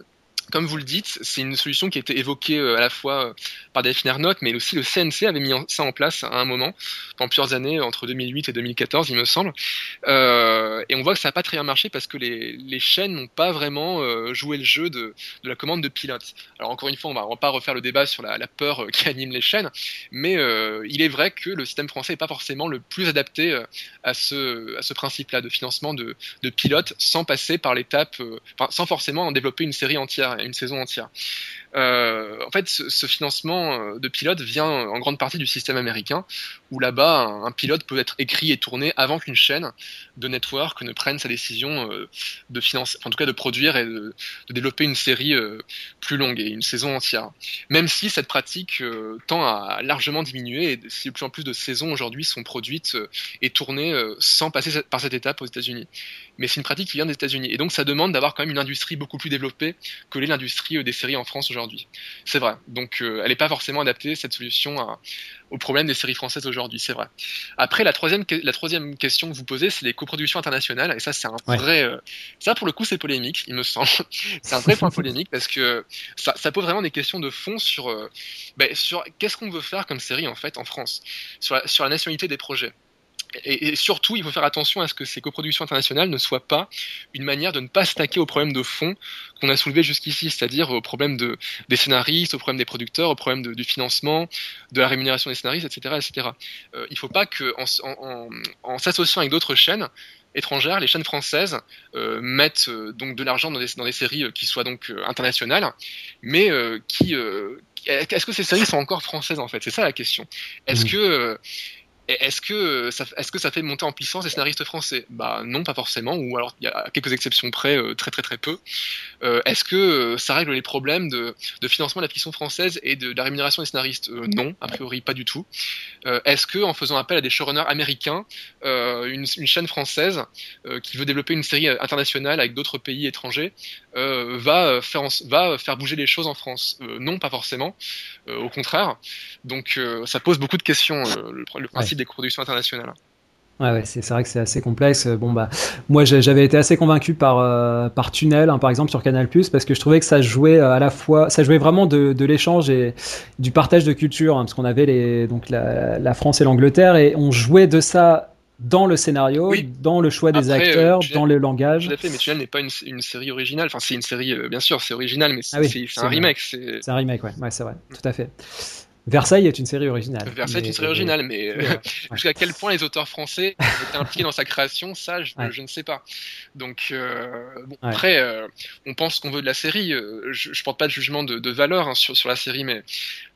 comme vous le dites, c'est une solution qui a été évoquée à la fois par Delphine Ernotte, mais aussi le CNC avait mis ça en place à un moment, pendant plusieurs années, entre 2008 et 2014, il me semble. Et on voit que ça n'a pas très bien marché parce que les chaînes n'ont pas vraiment joué le jeu de la commande de pilote. Alors encore une fois, on va pas refaire le débat sur la peur qui anime les chaînes, mais il est vrai que le système français n'est pas forcément le plus adapté à ce principe-là de financement de pilote sans passer par l'étape, sans forcément en développer une série entière, une saison entière. En fait, ce financement de pilote vient en grande partie du système américain, où là-bas, un pilote peut être écrit et tourné avant qu'une chaîne de network ne prenne sa décision de financer, en tout cas de produire et de développer une série plus longue et une saison entière. Même si cette pratique tend à largement diminuer et si de plus en plus de saisons aujourd'hui sont produites et tournées sans passer par cette étape aux États-Unis. Mais c'est une pratique qui vient des États-Unis et donc ça demande d'avoir quand même une industrie beaucoup plus développée que l'est l'industrie des séries en France aujourd'hui. C'est vrai. Donc elle n'est pas forcément adaptée cette solution au problème des séries françaises aujourd'hui, c'est vrai. Après la troisième question que vous posez, c'est les coproductions internationales et ça c'est un vrai ça pour le coup c'est polémique, il me semble. C'est un vrai point polémique parce que ça pose vraiment des questions de fond sur qu'est-ce qu'on veut faire comme série en fait en France, sur la nationalité des projets. Et surtout, il faut faire attention à ce que ces coproductions internationales ne soient pas une manière de ne pas s'attaquer aux problèmes de fond qu'on a soulevés jusqu'ici, c'est-à-dire aux problèmes des scénaristes, aux problèmes des producteurs, aux problèmes du financement, de la rémunération des scénaristes, etc. etc. Il ne faut pas qu'en s'associant avec d'autres chaînes étrangères, les chaînes françaises mettent donc de l'argent dans des séries qui soient donc internationales, mais est-ce que ces séries sont encore françaises en fait? C'est ça la question. Est-ce que Est-ce que ça fait monter en puissance les scénaristes français? Bah non, pas forcément, ou alors il y a quelques exceptions près, très très très peu. Est-ce que ça règle les problèmes de financement de la fiction française et de la rémunération des scénaristes? Non, a priori pas du tout. Est-ce que en faisant appel à des showrunners américains, une chaîne française qui veut développer une série internationale avec d'autres pays étrangers va faire bouger les choses en France? Non, pas forcément. Au contraire. Donc ça pose beaucoup de questions, le principe des coproductions internationales. Ouais, c'est vrai que c'est assez complexe. Bon, bah, moi, j'avais été assez convaincu par Tunnel, hein, par exemple, sur Canal+, parce que je trouvais que ça jouait à la fois, ça jouait vraiment de l'échange et du partage de culture, hein, parce qu'on avait donc la France et l'Angleterre, et on jouait de ça dans le scénario, dans le choix des acteurs, dans le langage. Tout à fait, mais Tunnel n'est pas une série originale. Enfin, c'est une série, bien sûr, c'est original, mais c'est un remake. C'est un remake, ouais, c'est vrai, tout à fait. Versailles est une série originale. Versailles est une série originale, mais jusqu'à quel point les auteurs français étaient impliqués dans sa création, ça, je ne sais pas. Donc, après, on pense qu'on veut de la série. Je porte pas de jugement de valeur hein, sur la série, mais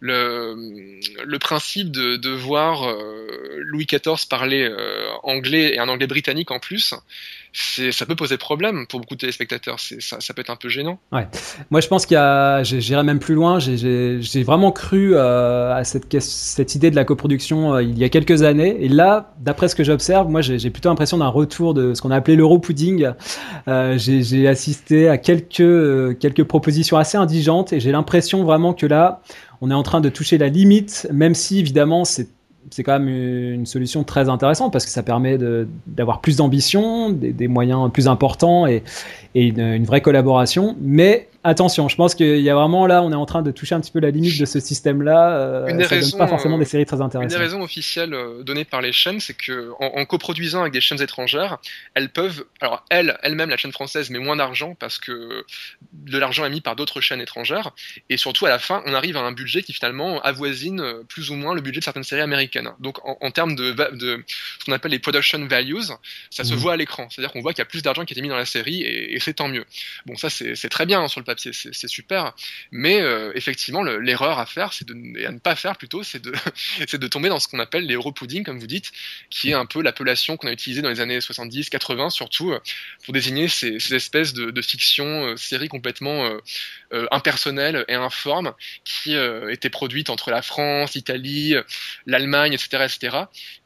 le principe de voir Louis XIV parler anglais et un anglais britannique en plus, ça peut poser problème pour beaucoup de téléspectateurs. Ça peut être un peu gênant. Ouais. Moi, je pense j'irais même plus loin. J'ai vraiment cru à cette idée de la coproduction il y a quelques années. Et là, d'après ce que j'observe, moi, j'ai plutôt l'impression d'un retour de ce qu'on a appelé l'Europudding. J'ai assisté à quelques propositions assez indigentes et j'ai l'impression vraiment que là, on est en train de toucher la limite, même si évidemment c'est quand même une solution très intéressante parce que ça permet d'avoir plus d'ambition, des moyens plus importants et une vraie collaboration. Mais attention, je pense qu'il y a vraiment là, on est en train de toucher un petit peu la limite de ce système-là. Ça donne pas forcément des séries très intéressantes. Une des raisons officielles données par les chaînes, c'est que en coproduisant avec des chaînes étrangères, elles peuvent, alors elles-mêmes, la chaîne française met moins d'argent parce que de l'argent est mis par d'autres chaînes étrangères, et surtout à la fin, on arrive à un budget qui finalement avoisine plus ou moins le budget de certaines séries américaines. Donc en termes de ce qu'on appelle les production values, ça se voit à l'écran, c'est-à-dire qu'on voit qu'il y a plus d'argent qui est mis dans la série et c'est tant mieux. Bon, ça c'est très bien hein, sur le papier, c'est super, mais effectivement l'erreur à faire, et à ne pas faire plutôt, c'est de tomber dans ce qu'on appelle les Europudding, comme vous dites, qui est un peu l'appellation qu'on a utilisée dans les années 70-80 surtout pour désigner ces espèces de fiction séries complètement impersonnelles et informes qui étaient produites entre la France, l'Italie, l'Allemagne, etc., etc.,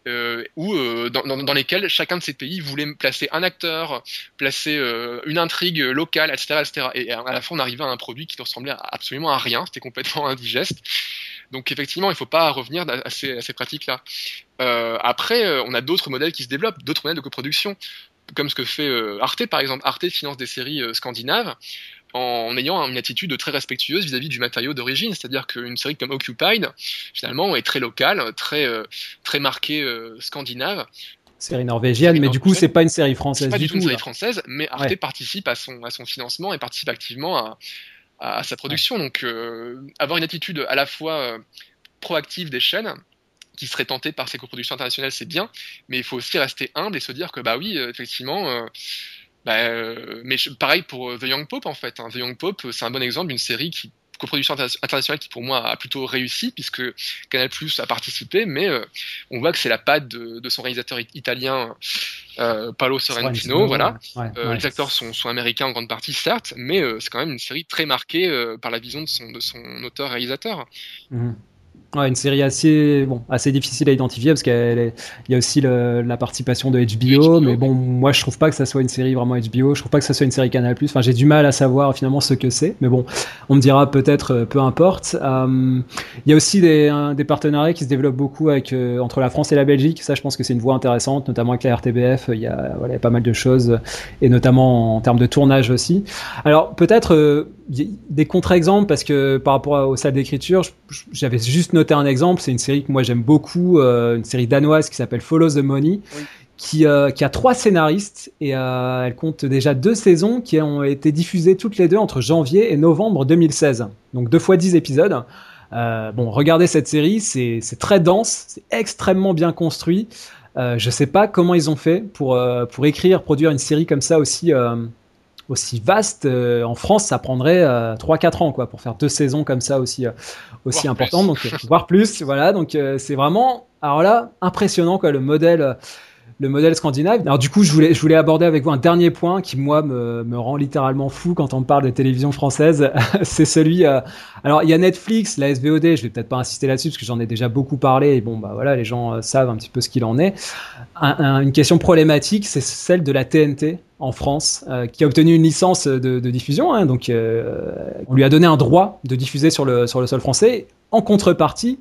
dans lesquelles chacun de ces pays voulait placer un acteur, placer une intrigue locale, etc., etc. Et à la fin, on arrivait à un produit qui ne ressemblait absolument à rien, c'était complètement indigeste. Donc effectivement, il ne faut pas revenir à ces pratiques-là. Après, on a d'autres modèles qui se développent, d'autres modèles de coproduction, comme ce que fait Arte par exemple. Arte finance des séries scandinaves en ayant une attitude très respectueuse vis-à-vis du matériau d'origine. C'est-à-dire qu'une série comme Occupied, finalement, est très locale, très marquée scandinave. Série norvégienne, mais du coup, c'est pas une série française du tout. C'est pas du tout une série là. française, mais Arte participe à son financement et participe activement à sa production. Donc, avoir une attitude à la fois proactive des chaînes, qui seraient tentées par ces coproductions internationales, c'est bien, mais il faut aussi rester humble et se dire que, bah oui, effectivement... mais pareil pour The Young Pope en fait. The Young Pope, c'est un bon exemple d'une série coproduction internationale qui pour moi a plutôt réussi puisque Canal+ a participé, mais on voit que c'est la patte de son réalisateur italien Paolo Sorrentino. Voilà. Les acteurs sont américains en grande partie certes, mais c'est quand même une série très marquée par la vision de son auteur-réalisateur. Mmh. Ouais, une série assez difficile à identifier parce qu'il y a aussi la participation de HBO, mais bon, moi je trouve pas que ça soit une série vraiment HBO, je trouve pas que ça soit une série Canal+. Enfin, j'ai du mal à savoir finalement ce que c'est, mais bon, on me dira peut-être, peu importe. Il y a aussi des partenariats qui se développent beaucoup entre la France et la Belgique. Ça, je pense que c'est une voie intéressante, notamment avec la RTBF. Il y a pas mal de choses, et notamment en termes de tournage aussi. Alors peut-être des contre-exemples, parce que par rapport aux salles d'écriture, j'avais juste noté un exemple. C'est une série que moi j'aime beaucoup, une série danoise qui s'appelle Follow the Money, qui a 3 scénaristes, et elle compte déjà 2 saisons qui ont été diffusées toutes les deux entre janvier et novembre 2016. Donc 2 fois 10 épisodes. Regardez cette série, c'est très dense, c'est extrêmement bien construit. Je sais pas comment ils ont fait pour produire une série comme ça aussi vaste. En France, ça prendrait 3-4 ans, quoi, pour faire 2 saisons comme ça aussi importantes, donc voire plus. Voilà, donc c'est vraiment, alors là, impressionnant, quoi, le modèle scandinave. Alors du coup, je voulais aborder avec vous un dernier point qui, moi, me rend littéralement fou quand on parle de télévision française. C'est celui... alors, il y a Netflix, la SVOD, je vais peut-être pas insister là-dessus parce que j'en ai déjà beaucoup parlé, et bon, bah voilà, les gens savent un petit peu ce qu'il en est. Une question problématique, c'est celle de la TNT en France, qui a obtenu une licence de diffusion, hein, donc on lui a donné un droit de diffuser sur le sol français. En contrepartie,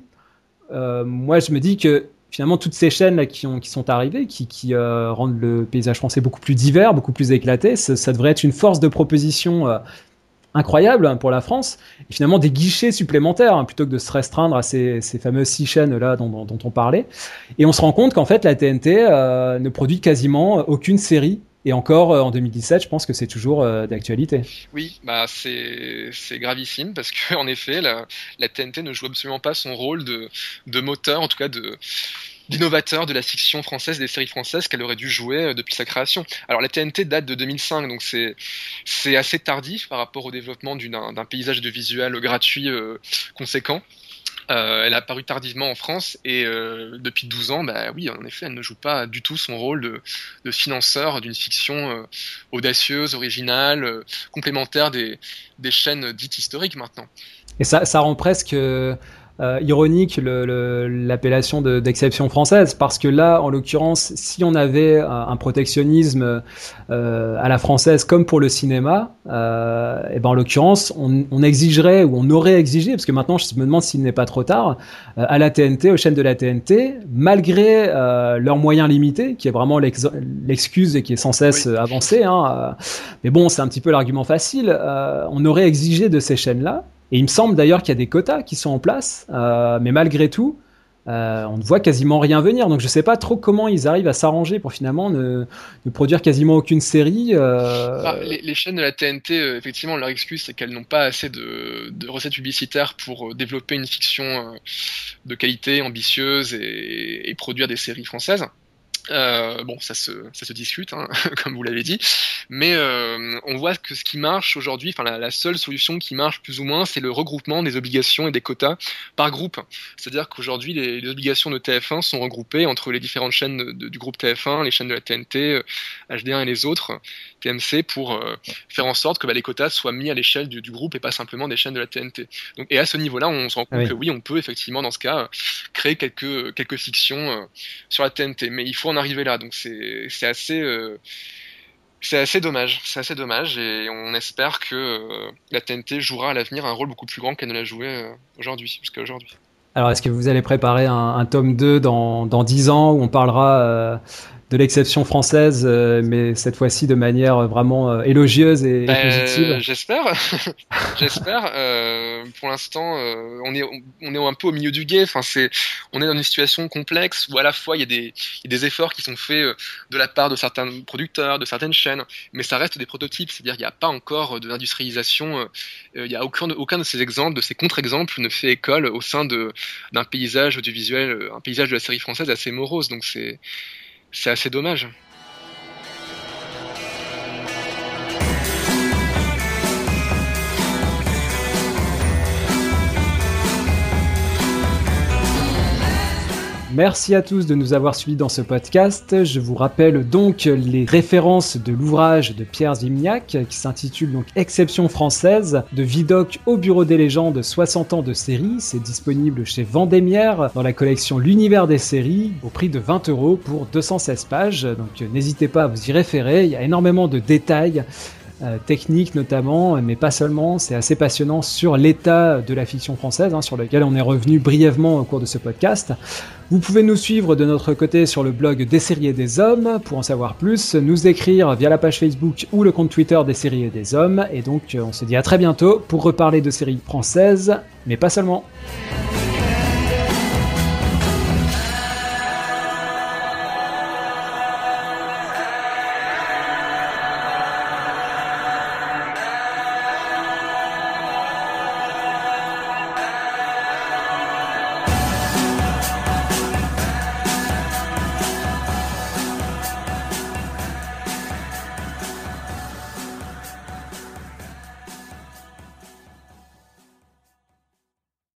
moi, je me dis que finalement, toutes ces chaînes là qui sont arrivées, qui rendent le paysage français beaucoup plus divers, beaucoup plus éclaté, ça devrait être une force de proposition incroyable pour la France, et finalement des guichets supplémentaires, hein, plutôt que de se restreindre à ces fameuses 6 chaînes là dont on parlait. Et on se rend compte qu'en fait la TNT ne produit quasiment aucune série. Et encore en 2017, je pense que c'est toujours d'actualité. Oui, bah c'est gravissime parce que en effet, la TNT ne joue absolument pas son rôle de moteur, en tout cas d'innovateur de la fiction française, des séries françaises qu'elle aurait dû jouer depuis sa création. Alors la TNT date de 2005, donc c'est assez tardif par rapport au développement d'un paysage de visuel gratuit conséquent. Elle a apparu tardivement en France, et depuis 12 ans, bah oui, en effet, elle ne joue pas du tout son rôle de financeur d'une fiction audacieuse, originale, complémentaire des chaînes dites historiques maintenant. Et ça rend presque ironique l'appellation d'exception française, parce que là, en l'occurrence, si on avait un protectionnisme à la française comme pour le cinéma, et ben en l'occurrence, on exigerait, ou on aurait exigé, parce que maintenant je me demande s'il n'est pas trop tard, à la TNT, aux chaînes de la TNT, malgré leurs moyens limités, qui est vraiment l'excuse et qui est sans cesse avancée, hein, mais bon, c'est un petit peu l'argument facile, on aurait exigé de ces chaînes-là. Et il me semble d'ailleurs qu'il y a des quotas qui sont en place, mais malgré tout, on ne voit quasiment rien venir. Donc je ne sais pas trop comment ils arrivent à s'arranger pour finalement ne produire quasiment aucune série. Les chaînes de la TNT, effectivement, leur excuse, c'est qu'elles n'ont pas assez de recettes publicitaires pour développer une fiction de qualité, ambitieuse, et produire des séries françaises. Bon, ça se discute, hein, comme vous l'avez dit, mais on voit que ce qui marche aujourd'hui, enfin la seule solution qui marche plus ou moins, c'est le regroupement des obligations et des quotas par groupe. C'est-à-dire qu'aujourd'hui, les obligations de TF1 sont regroupées entre les différentes chaînes du groupe TF1, les chaînes de la TNT, HD1 et les autres, TMC, pour faire en sorte que les quotas soient mis à l'échelle du groupe et pas simplement des chaînes de la TNT. Donc, et à ce niveau-là, on se rend compte que oui, on peut effectivement, dans ce cas, créer quelques fictions sur la TNT, mais il faut en arriver là, donc c'est assez dommage, et on espère que la TNT jouera à l'avenir un rôle beaucoup plus grand qu'elle ne l'a joué jusqu'à aujourd'hui. Alors, est-ce que vous allez préparer un tome 2 dans 10 ans où on parlera de l'exception française, mais cette fois-ci de manière vraiment élogieuse et positive. J'espère. J'espère. Pour l'instant, on est un peu au milieu du gué. Enfin, on est dans une situation complexe où à la fois il y a des efforts qui sont faits de la part de certains producteurs, de certaines chaînes, mais ça reste des prototypes. C'est-à-dire qu'il n'y a pas encore de l'industrialisation. Il n'y a aucun de ces exemples, de ces contre-exemples ne fait école au sein d'un paysage audiovisuel, un paysage de la série française assez morose. Donc c'est assez dommage. Merci à tous de nous avoir suivis dans ce podcast. Je vous rappelle donc les références de l'ouvrage de Pierre Zimniak qui s'intitule donc Exception française, de Vidocq au bureau des légendes 60 ans de série. C'est disponible chez Vendémiaire dans la collection L'univers des séries au prix de 20 € pour 216 pages. Donc n'hésitez pas à vous y référer, il y a énormément de détails. Technique notamment, mais pas seulement, c'est assez passionnant sur l'état de la fiction française, sur lequel on est revenu brièvement au cours de ce podcast. Vous pouvez nous suivre de notre côté sur le blog Des séries et des hommes, pour en savoir plus, nous écrire via la page Facebook ou le compte Twitter Des séries et des hommes, et donc on se dit à très bientôt pour reparler de séries françaises, mais pas seulement.